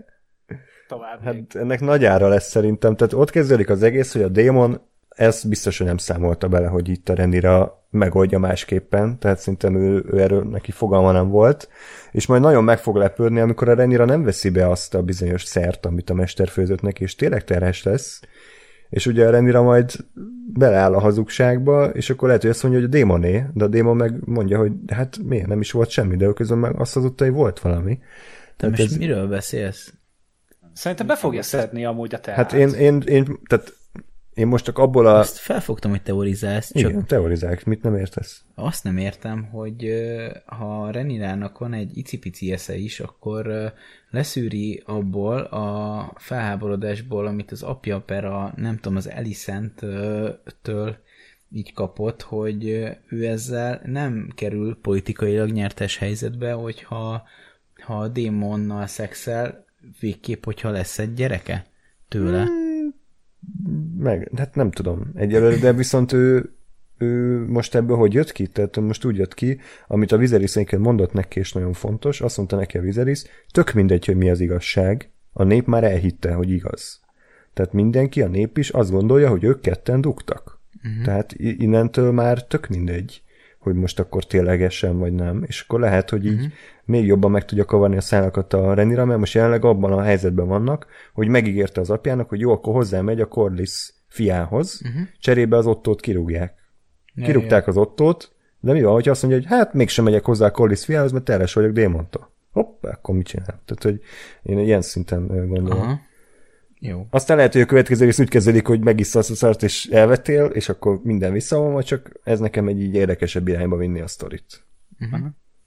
tovább.
Hát ennek nagy ára lesz szerintem, tehát ott kezdődik az egész, hogy a démon ezt biztos, hogy nem számolta bele, hogy itt a Renira megoldja másképpen, tehát szerintem ő, ő erről neki fogalma nem volt, és majd nagyon meg fog lepődni, amikor a Renira nem veszi be azt a bizonyos szert, amit a mester főzött neki, és tényleg terhes lesz, és ugye a Renira majd beleáll a hazugságba, és akkor lehet, hogy azt mondja, hogy a démoné, de a démon meg mondja, hogy hát miért nem is volt semmi, de ő közben meg azt hazudta, hogy volt valami.
Te most ez... miről beszélsz?
Szerintem be fogja szedni amúgy a teát.
Hát én, én, én, tehát én most csak abból a...
Azt felfogtam, hogy teorizálsz. Csak
igen, teorizálsz. Mit nem értesz?
Azt nem értem, hogy ha Renirának van egy icipici esze is, akkor leszűri abból a felháborodásból, amit az apja per a, nem tudom, az Alicent-től így kapott, hogy ő ezzel nem kerül politikailag nyertes helyzetbe, hogyha ha a démonnal szexel, végképp, hogyha lesz egy gyereke tőle.
Hmm, meg, hát nem tudom egyelőre, de viszont ő, ő most ebből hogy jött ki? Tehát most úgy jött ki, amit a Viserys mondott neki, és nagyon fontos, azt mondta neki a Viserys, tök mindegy, hogy mi az igazság, a nép már elhitte, hogy igaz. Tehát mindenki, a nép is azt gondolja, hogy ők ketten dugtak. Uh-huh. Tehát innentől már tök mindegy, hogy most akkor ténylegesen vagy nem, és akkor lehet, hogy így uh-huh. még jobban meg tudja kavarni a szálakat a Rhaenyra, mert most jelenleg abban a helyzetben vannak, hogy megígérte az apjának, hogy jó, akkor hozzámegy a Corlys fiához, uh-huh. cserébe az Ottót kirúgják. Kirúgták az Ottót, de mi van, hogyha azt mondja, hogy hát mégsem megyek hozzá a Corlys fiához, mert terhes vagyok démontól. Hopp, akkor mit csinál? Tehát, hogy én ilyen szinten gondolom. Uh-huh.
Jó.
Aztán lehet, hogy a következő rész úgy kezdődik, hogy megisztasz a szart és elvettél, és akkor minden visszavom, vagy csak ez nekem egy így érdekesebb irányba vinni a sztorit.
Uh-huh.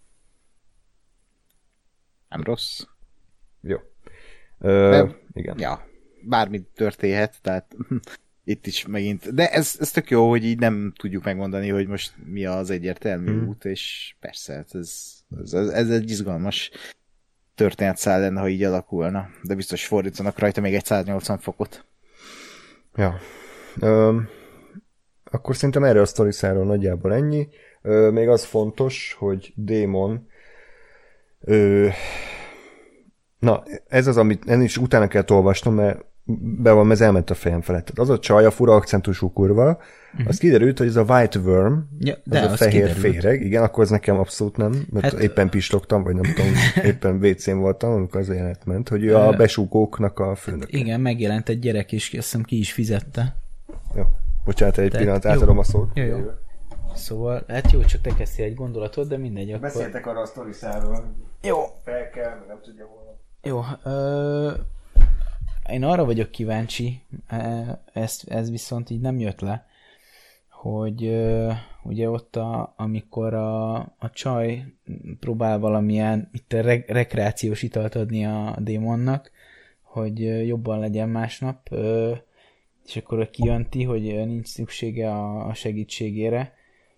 Nem rossz.
Jó. Ö,
de,
igen.
Ja, bármi történhet, tehát itt is megint, de ez, ez tök jó, hogy így nem tudjuk megmondani, hogy most mi az egyértelmű hmm. út, és persze, ez, ez, ez, ez egy izgalmas történetszál lenne, ha így alakulna, de biztos fordítanak rajta még egy száznyolcvan fokot.
Ja. Ö, akkor szerintem erről a sztoriszáról nagyjából ennyi. Ö, még az fontos, hogy Daemon ö, na, ez az, amit ennél is utána kell olvasnom, mert be van, ez elment a fejem felett. Az a csaj, a fura akcentusú kurva, uh-huh. az kiderült, hogy ez a White Worm,
ja, de
az a
az
fehér
kiderült.
féreg, igen, akkor ez nekem abszolút nem, mert hát, éppen pislogtam, vagy nem tudom, éppen vécén voltam, amikor az jelent ment, hogy ő a besúgóknak a főnöke.
Igen, megjelent egy gyerek, és azt hiszem ki is fizette.
Jó, bocsánat, egy
Tehát
pillanat,
jó.
átadom a szót.
Jó, jó. Szóval, hát jó, csak te kezdtél egy gondolatot, de mindegy, akkor...
Beszéltek arra a sztoriszáról.
Jó.
Fel kell, nem tudja hol.
Jó, ö... én arra vagyok kíváncsi, ez, ez viszont így nem jött le, hogy uh, ugye ott, a, amikor a, a csaj próbál valamilyen itt a re- rekreációs italt adni a démonnak, hogy uh, jobban legyen másnap, uh, és akkor kijönti, hogy nincs szüksége a, a segítségére,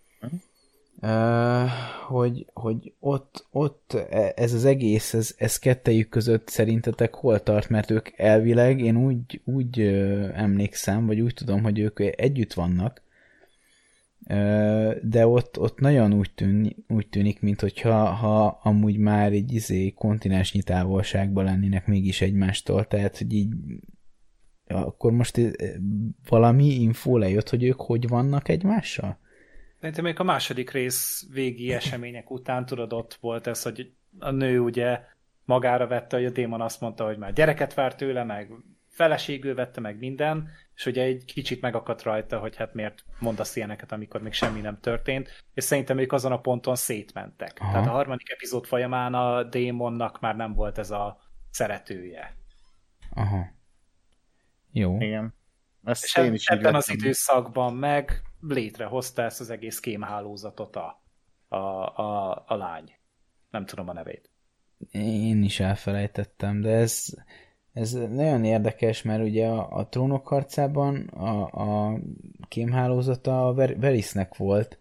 Uh, hogy, hogy ott, ott ez az egész, ez, ez kettejük között szerintetek hol tart, mert ők elvileg, én úgy, úgy uh, emlékszem, vagy úgy tudom, hogy ők együtt vannak, uh, de ott, ott nagyon úgy, tűn, úgy tűnik, mint hogyha ha amúgy már egy izé kontinensnyi távolságban lennének mégis egymástól, tehát hogy így akkor most valami infó lejött, hogy ők hogy vannak egymással?
Szerintem még a második rész végi események után, tudod, ott volt ez, hogy a nő ugye magára vette, hogy a démon azt mondta, hogy már gyereket vár tőle, meg feleségül vette, meg minden, és ugye egy kicsit megakadt rajta, hogy hát miért mondasz ilyeneket, amikor még semmi nem történt, és szerintem ők azon a ponton szétmentek. Aha. Tehát a harmadik epizód folyamán a démonnak már nem volt ez a szeretője.
Aha. Jó.
Igen. Ezt
és én is ebben az időszakban meg létrehozta ezt az egész kémhálózatot a, a, a, a lány. Nem tudom a nevét.
Én is elfelejtettem, de ez, ez nagyon érdekes, mert ugye a, a Trónok harcában a, a kémhálózata a Ver- Varysnek volt.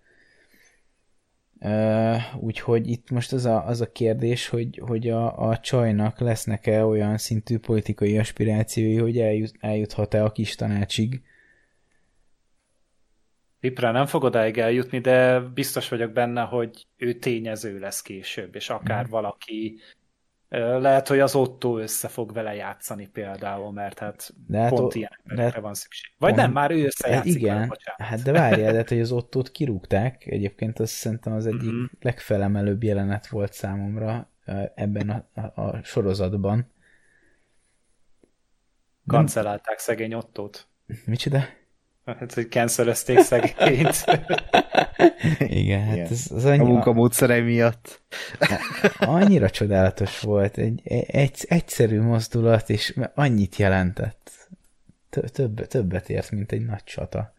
Uh, úgyhogy itt most az a, az a kérdés, hogy, hogy a, a csajnak lesznek-e olyan szintű politikai aspirációi, hogy eljut, eljuthat-e a kis tanácsig.
Pipra nem fog odáig eljutni, de biztos vagyok benne, hogy ő tényező lesz később, és akár mm. valaki, lehet, hogy az Otto össze fog vele játszani például, mert hát, hát pont ilyen emberekre van szükség. Vagy pont, nem, már ő összejátszik.
Igen, vele, hát de várjál, de hogy az Ottót kirúgták, egyébként azt szerintem az egyik mm-hmm. legfelemelőbb jelenet volt számomra ebben a, a, a sorozatban.
Kancellálták szegény Ottót.
Micsoda?
Hát, hogy cancelezték szegényt.
Igen, hát ez az
annyira... A munkamódszerei miatt.
Annyira csodálatos volt. Egy, egy egyszerű mozdulat, és annyit jelentett. Több, többet ért, mint egy nagy csata.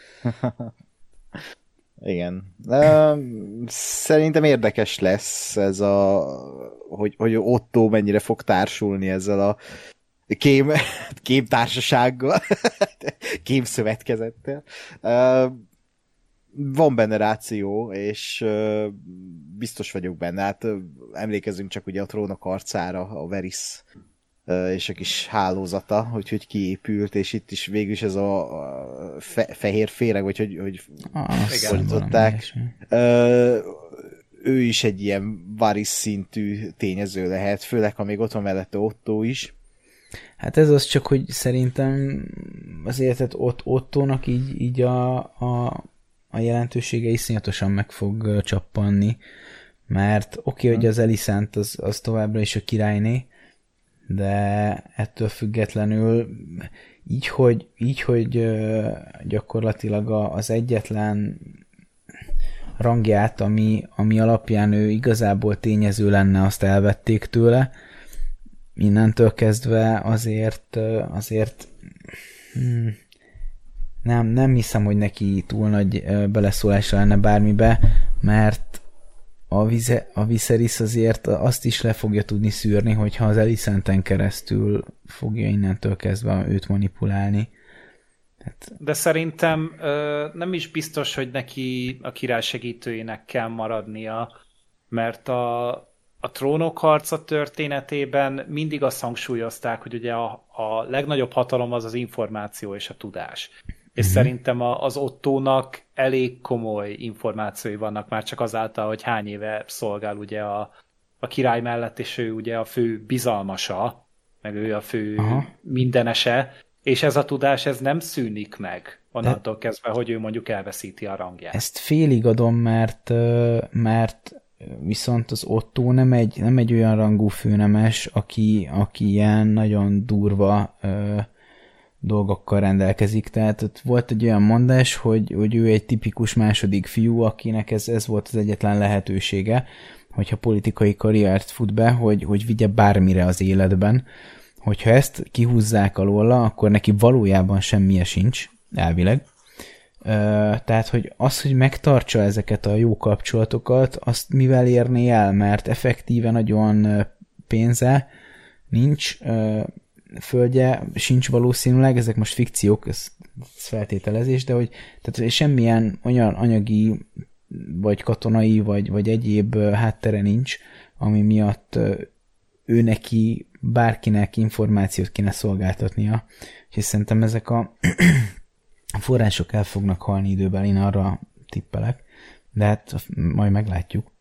Igen. Uh, szerintem érdekes lesz ez a, hogy, hogy Otto mennyire fog társulni ezzel a kém, kémtársasággal, kémszövetkezettel. Uh, van benne ráció, és uh, biztos vagyok benne. Hát uh, emlékezünk csak ugye a Trónok arcára, a Varys uh, és a kis hálózata, hogy hogy kiépült, és itt is végül is ez a, a fe, fehér féreg, vagy hogy, hogy
ah,
fordították. Uh, ő is egy ilyen Varys szintű tényező lehet, főleg ha még ott van mellette Otto is.
Hát ez az csak, hogy szerintem azért hát ott Ottónak így, így a, a, a jelentősége iszonyatosan meg fog csappanni, mert oké, okay, hogy az Alicent az, az továbbra is a királyné, de ettől függetlenül így, hogy, így, hogy gyakorlatilag az egyetlen rangját, ami, ami alapján ő igazából tényező lenne, azt elvették tőle, innentől kezdve azért, azért hmm, nem, nem hiszem, hogy neki túl nagy beleszólása lenne bármibe, mert a, vize, a Viserys azért azt is le fogja tudni szűrni, hogyha az Alicenten keresztül fogja innentől kezdve őt manipulálni. Hát...
De szerintem ö, nem is biztos, hogy neki a király segítőjének kell maradnia, mert a, a Trónok harca történetében mindig azt hangsúlyozták, hogy ugye a, a legnagyobb hatalom az az információ és a tudás. És mm-hmm. szerintem a, az Ottónak elég komoly információi vannak már csak azáltal, hogy hány éve szolgál ugye a, a király mellett, és ő ugye a fő bizalmasa, meg ő a fő Aha. mindenese, és ez a tudás, ez nem szűnik meg onnantól De kezdve, hogy ő mondjuk elveszíti a rangját.
Ezt félig adom, mert, mert viszont az Ottó nem egy, nem egy olyan rangú főnemes, aki, aki ilyen nagyon durva ö, dolgokkal rendelkezik. Tehát ott volt egy olyan mondás, hogy, hogy ő egy tipikus második fiú, akinek ez, ez volt az egyetlen lehetősége, hogyha politikai karriert fut be, hogy, hogy vigye bármire az életben. Hogyha ezt kihúzzák alóla, akkor neki valójában semmije sincs, elvileg. Tehát, hogy az, hogy megtartsa ezeket a jó kapcsolatokat, azt mivel érné el, mert effektíve nagyon pénze nincs, földje sincs valószínűleg, ezek most fikciók, ez, ez feltételezés, de hogy tehát semmilyen olyan anyagi, vagy katonai, vagy, vagy egyéb háttere nincs, ami miatt ő neki bárkinek információt kéne szolgáltatnia. És szerintem ezek a források el fognak halni időben, én arra tippelek, de hát majd meglátjuk.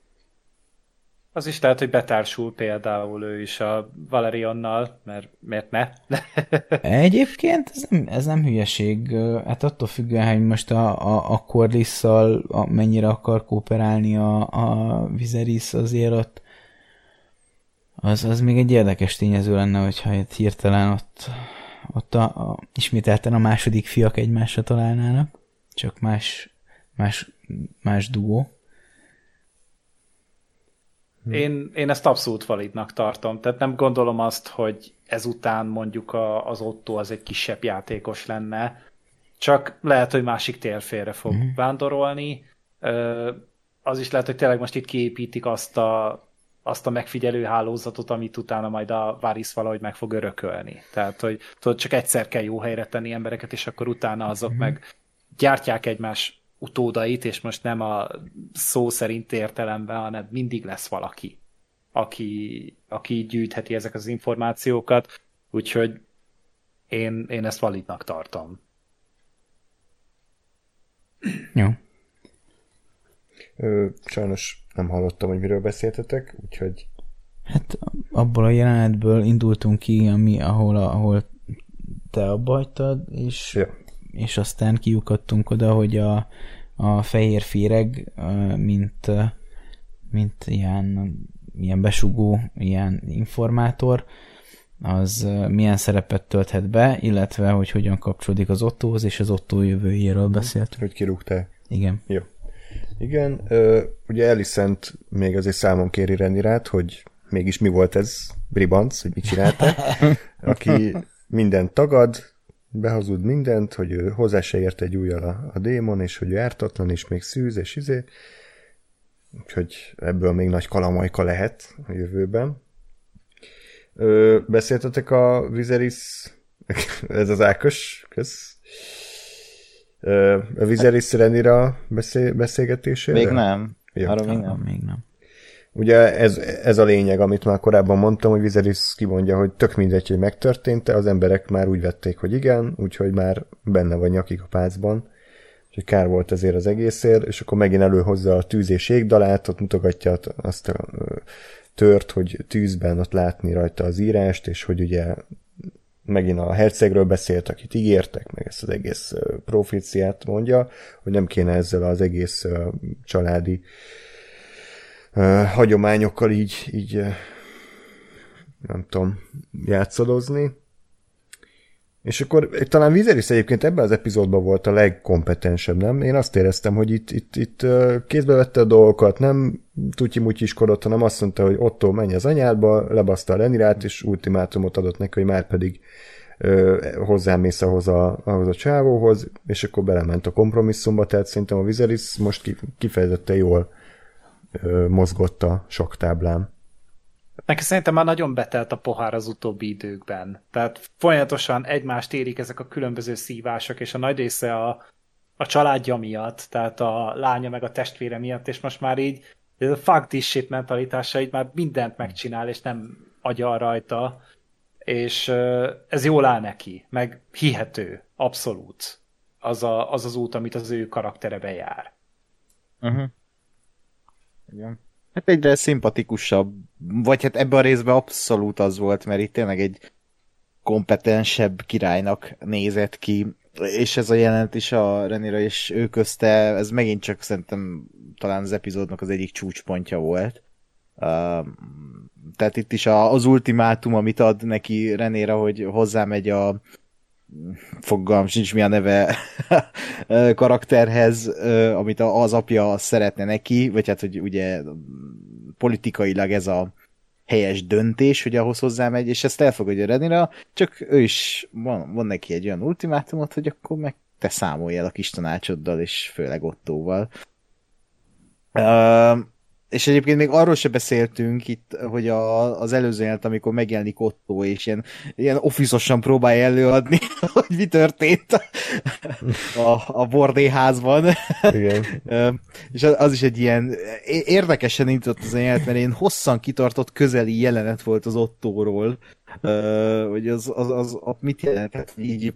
Az is lehet, hogy betársul például ő is a Valerionnal, mert miért ne?
Egyébként ez nem, ez nem hülyeség. Hát attól függően, hogy most a, a, a Corlys-szal a, mennyire akar kooperálni a, a Viserys, azért ott az, az még egy érdekes tényező lenne, hogyha itt hirtelen ott, ott a, a, ismételten a második fiak egymásra találnának, csak más, más, más dugó.
Én, én ezt abszolút validnak tartom, tehát nem gondolom azt, hogy ezután mondjuk a, az Otto az egy kisebb játékos lenne, csak lehet, hogy másik térfélre fog mm. vándorolni. Az is lehet, hogy tényleg most itt kiépítik azt a, azt a megfigyelő hálózatot, amit utána majd a Varys valahogy meg fog örökölni. Tehát, hogy tudod, csak egyszer kell jó helyre tenni embereket, és akkor utána azok mm. meg gyártják egymás utódait, és most nem a szó szerint értelemben, hanem mindig lesz valaki, aki, aki gyűjtheti ezek az információkat, úgyhogy én, én ezt validnak tartom.
Jó.
Ö, sajnos nem hallottam, hogy miről beszéltetek, úgyhogy...
Hát abból a jelenetből indultunk ki, ami, ahol, ahol te abba hagytad, és... Ja. És aztán kiukadtunk oda, hogy a, a fehér féreg, mint, mint ilyen, ilyen besugó, ilyen informátor, az milyen szerepet tölthet be, illetve, hogy hogyan kapcsolódik az Ottóhoz, és az Ottó jövőjéről beszélt.
Hogy kirúgták.
Igen.
Jó. Igen, ugye Alicent még azért számon kéri Rhaenyrát, hogy mégis mi volt ez, Bribanc, hogy mit csinálta, aki mindent tagad, behazud mindent, hogy ő hozzá se ért egy ujjal a, a démon, és hogy ő ártatlan, és még szűz, és izé. Úgyhogy ebből még nagy kalamajka lehet a jövőben. Ö, beszéltetek a Viserys, ez az Ákos, kösz. A Viserys Rhaenyra beszél, beszélgetésére?
Még nem.
Ja.
Arra még nem.
Még nem.
Ugye ez, ez a lényeg, amit már korábban mondtam, hogy Viserys kimondja, hogy tök mindegy, hogy megtörtént, az emberek már úgy vették, hogy igen, úgyhogy már benne van nyakik a pácban. Úgyhogy kár volt ezért az egészért, és akkor megint előhozza a tűz és jégdalát, ott mutogatja azt a tört, hogy tűzben ott látni rajta az írást, és hogy ugye megint a hercegről beszélt, akit ígértek, meg ezt az egész proféciát mondja, hogy nem kéne ezzel az egész családi uh, hagyományokkal így, így uh, nem tudom, játszadozni. És akkor talán Viserys egyébként ebben az epizódban volt a legkompetensebb, nem? Én azt éreztem, hogy itt, itt, itt kézbe vette a dolgokat, nem tutyi-mutyiskodott, hanem azt mondta, hogy Otto, menj az anyádba, lebaszta a Rhaenyrát, és ultimátumot adott neki, hogy már pedig hozzámész ahhoz a, ahhoz a csávóhoz, és akkor belement a kompromisszumba, tehát szerintem a Viserys most kifejezetten jól ö, mozgott a saktáblán.
Neki szerintem már nagyon betelt a pohár az utóbbi időkben. Tehát folyamatosan egymást érik ezek a különböző szívások, és a nagy része a, a családja miatt, tehát a lánya meg a testvére miatt, és most már így ez a fuck this shit mentalitása, így már mindent megcsinál, és nem agyal rajta, és ez jól áll neki, meg hihető, abszolút. Az a, az, az út, amit az ő karaktere bejár.
Uh-huh. Igen. Hát egyre szimpatikusabb, vagy hát ebben a részben abszolút az volt, mert itt tényleg egy kompetensebb királynak nézett ki, és ez a jelent is a Rhaenyra és ő közte, ez megint csak szerintem talán az epizódnak az egyik csúcspontja volt. Uh, tehát itt is a, az ultimátum, amit ad neki Rhaenyra, hogy hozzámegy a fogalmam sincs mi a neve karakterhez, amit az apja szeretne neki, vagy hát, hogy ugye politikailag ez a helyes döntés, hogy ahhoz hozzámegy, és ezt elfogadja Rhaenyra, csak ő is van, van neki egy olyan ultimátumot, hogy akkor meg te számolj el a kis tanácsoddal, és főleg Ottóval. Uh, és egyébként még arról se beszéltünk itt, hogy a, az előző jelent, amikor megjelenik Otto, és ilyen, ilyen office-osan próbálja előadni, hogy mi történt a, a bordéházban. Igen. És az, az is egy ilyen érdekesen indított az a jelent, mert én hosszan kitartott közeli jelenet volt az Ottóról, hogy az, az, az, az mit jelentett, így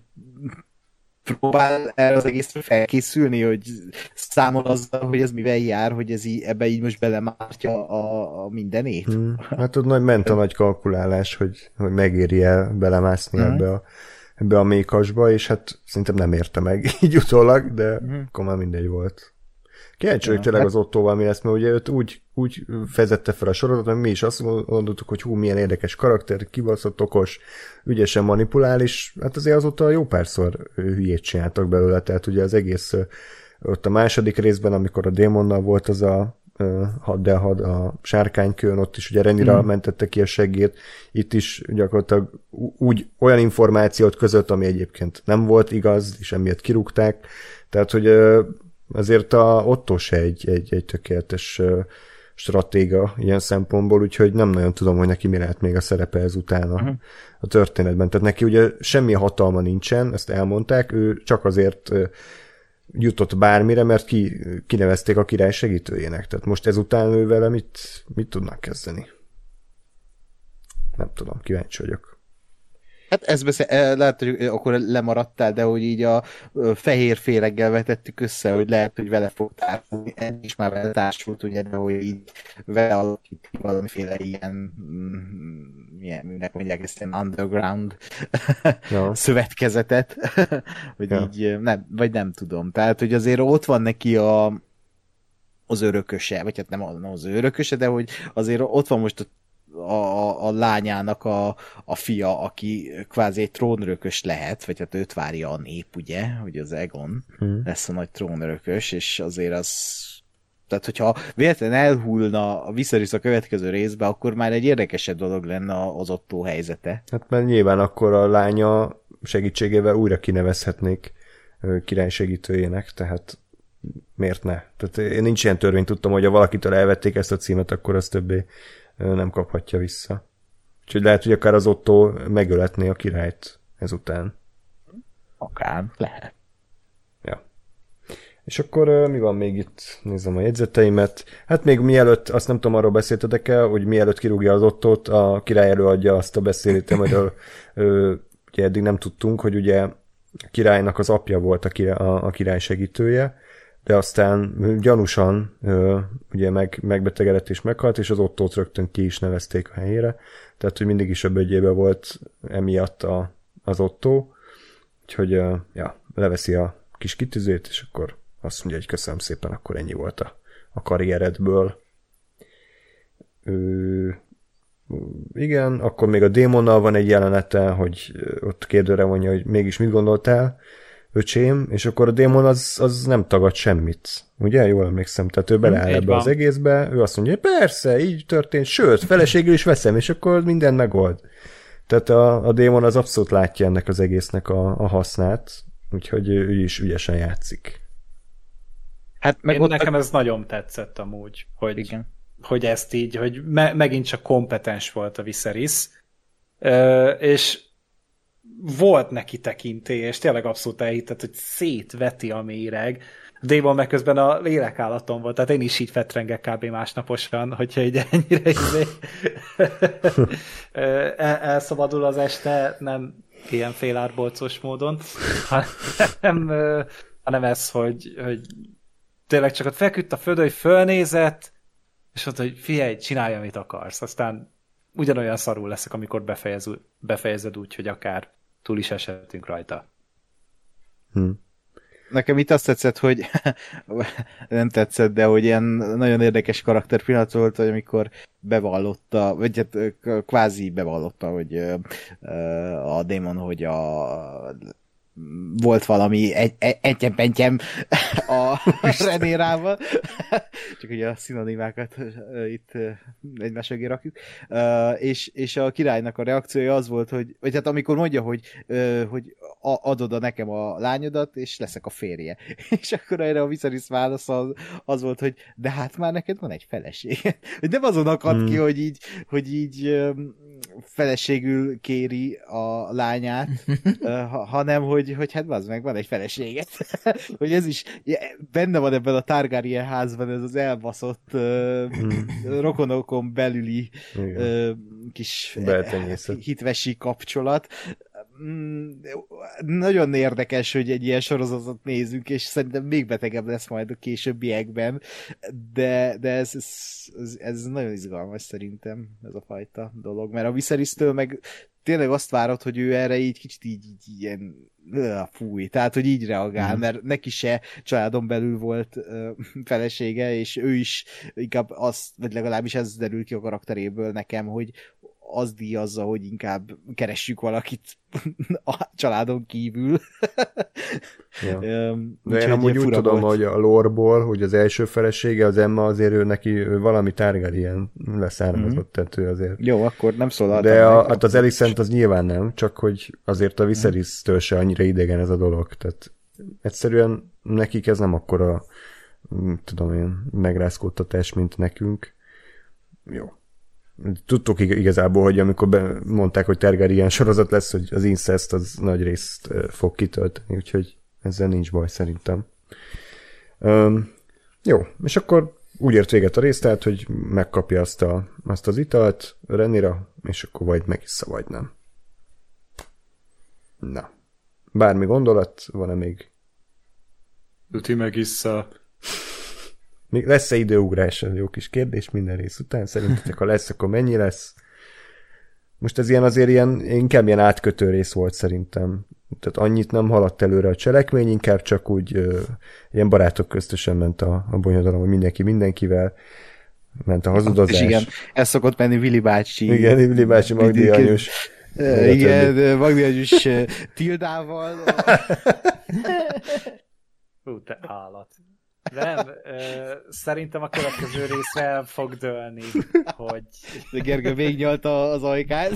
próbál erre az egészre felkészülni, hogy számol azzal, hogy ez mivel jár, hogy ez így, ebbe így most belemártja a, a mindenét.
Hmm. Hát ott nagy ment a nagy kalkulálás, hogy, hogy megéri el belemászni hmm. ebbe a, ebbe a mékasba, és hát szerintem nem érte meg így utólag, de hmm. akkor már mindegy volt. Kíváncsi vagyok tényleg az Ottóval mi lesz, mert ugye őt úgy, úgy vezette fel a sorozatot, hogy mi is azt mondtuk, hogy hú, milyen érdekes karakter, kibaszott, okos, ügyesen manipulál, és hát azért azóta jó párszor hülyét csináltak belőle, tehát ugye az egész ott a második részben, amikor a démonnal volt az a had de had a sárkánykőn, ott is ugye Rhaenyra mm. mentette ki a seggét, itt is gyakorlatilag úgy olyan információt között, ami egyébként nem volt igaz, és emiatt kirúgták, tehát hogy azért a Otto se egy, egy, egy tökéletes stratéga ilyen szempontból, úgyhogy nem nagyon tudom, hogy neki mi lehet még a szerepe ezután a, uh-huh. a történetben. Tehát neki ugye semmi hatalma nincsen, ezt elmondták, ő csak azért jutott bármire, mert ki, kinevezték a király segítőjének. Tehát most ezután ő vele mit, mit tudnak kezdeni? Nem tudom, kíváncsi vagyok.
Hát ez beszél, lehet, hogy akkor lemaradtál, de hogy így a fehér féreggel vetettük össze, hogy lehet, hogy vele fog társulni, ennél is már vele társult, ugye, de hogy így vele alakít valamiféle ilyen, milyen, minek mondják ezt, ilyen underground ja. szövetkezetet, hogy ja. így, nem, vagy nem tudom. Tehát, hogy azért ott van neki a, az örököse, vagy hát nem az örököse, de hogy azért ott van most a A, a lányának a, a fia, aki kvázi egy trónörökös lehet, vagy hát őt várja a nép, ugye, hogy az Aegon hmm. lesz a nagy trónörökös, és azért az, tehát hogyha véletlenül elhullna a Viserys a következő részbe, akkor már egy érdekesebb dolog lenne az Otto helyzete.
Hát mert nyilván akkor a lánya segítségével újra kinevezhetnék király segítőjének, tehát miért ne? Tehát én nincs ilyen törvény, tudtam, hogy ha valakitől elvették ezt a címet, akkor az többé nem kaphatja vissza. Úgyhogy lehet, hogy akár az Otto megöletné a királyt ezután.
Akár, lehet.
Ja. És akkor mi van még itt? Nézem a jegyzeteimet. Hát még mielőtt, azt nem tudom, arról beszéltetek el, hogy mielőtt kirúgja az Ottót, a király előadja azt a beszédét, amiről ugye eddig nem tudtunk, hogy ugye a királynak az apja volt a király, a, a király segítője, de aztán gyanúsan ugye meg, megbetegedett és meghalt, és az Ottót rögtön ki is nevezték a helyére, tehát hogy mindig is a bögyébe volt emiatt a, az Ottó, úgyhogy ja, leveszi a kis kitűzét, és akkor azt mondja, hogy köszönöm szépen, akkor ennyi volt a, a karrieredből. Ö, igen, akkor még a démonnal van egy jelenete, hogy ott kérdőre mondja, hogy mégis mit gondoltál, öcsém, és akkor a démon az, az nem tagad semmit. Ugye? Jól emlékszem, tehát ő beleáll ebbe van az egészbe, ő azt mondja, hogy persze, így történt, sőt, feleségül is veszem, és akkor minden megold. Tehát a, a démon az abszolút látja ennek az egésznek a, a hasznát, úgyhogy ő is ügyesen játszik.
Hát meg ott nekem ez nagyon tetszett amúgy, hogy, igen. hogy ezt így, hogy me, megint csak kompetens volt a Viserys, és volt neki tekintély, és tényleg abszolút elhittett, hogy szétveti a méreg. A démon meg közben a lélekállaton volt, tehát én is így fetrengek kb. Másnaposan, hogyha így ennyire izé El, elszabadul az este, nem ilyen félárbolcos módon, hanem, hanem ez, hogy, hogy tényleg csak ott feküdt a földön, hogy fölnézett, és mondta, hogy figyelj, csinálj, amit akarsz. Aztán ugyanolyan szarul leszek, amikor befejezed, befejezed úgy, hogy akár túl is esetünk rajta.
Hm. Nekem itt azt tetszett, hogy nem tetszett, de hogy ilyen nagyon érdekes karakter pillanat volt, hogy amikor bevallotta, vagy hát kvázi bevallotta, hogy a démon, hogy a volt valami egyem-pentyem a Renérával, csak ugye a szinonimákat itt egymás mögé rakjuk, és, és a királynak a reakciója az volt, hogy, vagy hát amikor mondja, hogy, hogy adod a nekem a lányodat, és leszek a férje. És akkor erre a Viserys válasz az, az volt, hogy de hát már neked van egy feleséged. Hogy nem azon akad hmm. ki, hogy így, hogy így feleségül kéri a lányát, hanem, hogy, hogy hát az meg van egy feleséget. Hogy ez is benne van ebben a Targaryen házban ez az elbaszott hmm. rokonokon belüli igen. kis hitvesi kapcsolat. Nagyon érdekes, hogy egy ilyen sorozatot nézünk, és szerintem még betegebb lesz majd a későbbiekben, de, de ez, ez, ez nagyon izgalmas szerintem, ez a fajta dolog, mert a Viserys-től meg tényleg azt várod, hogy ő erre így kicsit így, így ilyen fúj, tehát hogy így reagál, mm. mert neki se családon belül volt uh, felesége, és ő is inkább azt, vagy legalábbis ez derül ki a karakteréből nekem, hogy az díjazza, hogy inkább keressük valakit a családon kívül.
Ja. um, De én amúgy úgy tudom, volt. Hogy a lore-ból, hogy az első felesége, az Emma azért ő neki ő valami Targaryen leszármazott, mm-hmm. tehát ő azért.
Jó, akkor nem szól.
De a, hát az Alicent az nyilván nem, csak hogy azért a Viserys-től se annyira idegen ez a dolog, tehát egyszerűen nekik ez nem akkora, tudom én, megrázkódtatás, mint nekünk. Jó. Tudtuk igazából, hogy amikor be mondták, hogy Targaryen sorozat lesz, hogy az incest az nagy részt fog kitölteni, úgyhogy ezzel nincs baj szerintem. Um, jó, és akkor úgy ért véget a rész, tehát, hogy megkapja azt, a, azt az italt Rhaenyra, és akkor vagy megissza, vagy nem. Na. Bármi gondolat? Van-e még?
Tuti megissza.
Még lesz-e időugrás? Ez jó kis kérdés minden rész után. Szerintetek, ha lesz, akkor mennyi lesz? Most ez ilyen azért ilyen, inkább ilyen átkötő rész volt szerintem. Tehát annyit nem haladt előre a cselekmény, inkább csak úgy ö, ilyen barátok köztösen ment a, a bonyodalom, hogy mindenki mindenkivel ment a hazudozás.
És igen, ez szokott menni Vili bácsi.
Igen, Vili bácsi Magdi anyus.
Igen, Magdi anyus Tildával.
Hú, te állat. Nem, ö, szerintem a következő részre el fog dőlni, hogy...
De Gergő végnyalta az ajkát.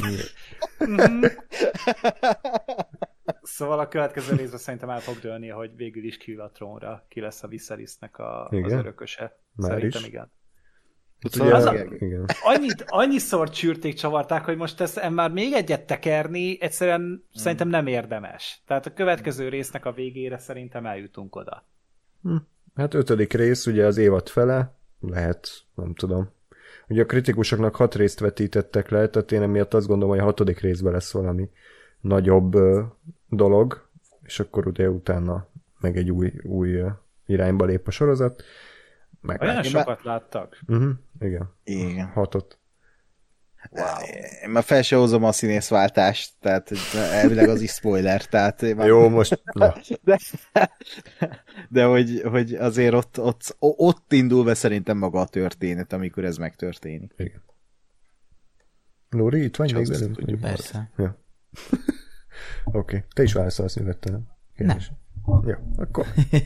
Szóval a következő részre szerintem el fog dőlni, hogy végül is kiül a trónra, ki lesz a Viserysnek a, az örököse.
Már
szerintem
is.
igen.
Szóval az a, igen.
Annyit, annyiszor csűrték, csavarták, hogy most ezt már még egyet tekerni egyszerűen hmm. szerintem nem érdemes. Tehát a következő résznek a végére szerintem eljutunk oda.
Hm. Hát ötödik rész, ugye az évad fele, lehet, nem tudom. Ugye a kritikusoknak hat részt vetítettek le, tehát én emiatt azt gondolom, hogy a hatodik részben lesz valami nagyobb ö, dolog, és akkor ugye utána meg egy új, új ö, irányba lép a sorozat. Meg
Olyan sokat láttak?
Uh-huh, igen.
Igen.
Hatot.
Wow. Én már fel se hozom a színészváltást, tehát elvileg az is spoiler, tehát... Már...
Jó, most... Na.
De, de hogy, hogy azért ott, ott, ott indul be szerintem maga a történet, amikor ez megtörténik.
Igen. Lóri, itt vagy még velünk?
Persze.
Ja. Oké, okay. Te is válaszolsz nyugodtan.
Nem.
Jó, akkor...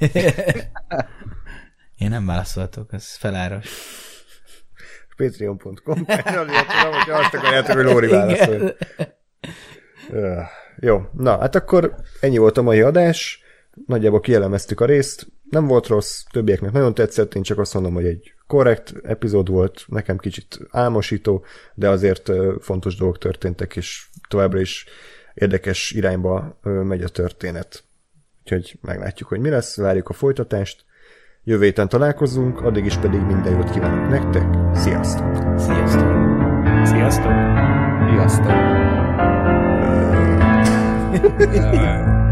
Én nem válaszoltok, ez feláros.
patreon pont com hogyha azt akarjátok, hogy Lóri válaszol. Jó, na, hát akkor ennyi volt a mai adás. Nagyjából kielemeztük a részt. Nem volt rossz, többieknek nagyon tetszett, én csak azt mondom, hogy egy korrekt epizód volt, nekem kicsit álmosító, de azért fontos dolgok történtek, és továbbra is érdekes irányba megy a történet. Úgyhogy meglátjuk, hogy mi lesz, várjuk a folytatást. Jövő héten találkozunk, addig is pedig minden jót kívánok nektek. Sziasztok!
Sziasztok!
Sziasztok!
Sziasztok!
Sziasztok!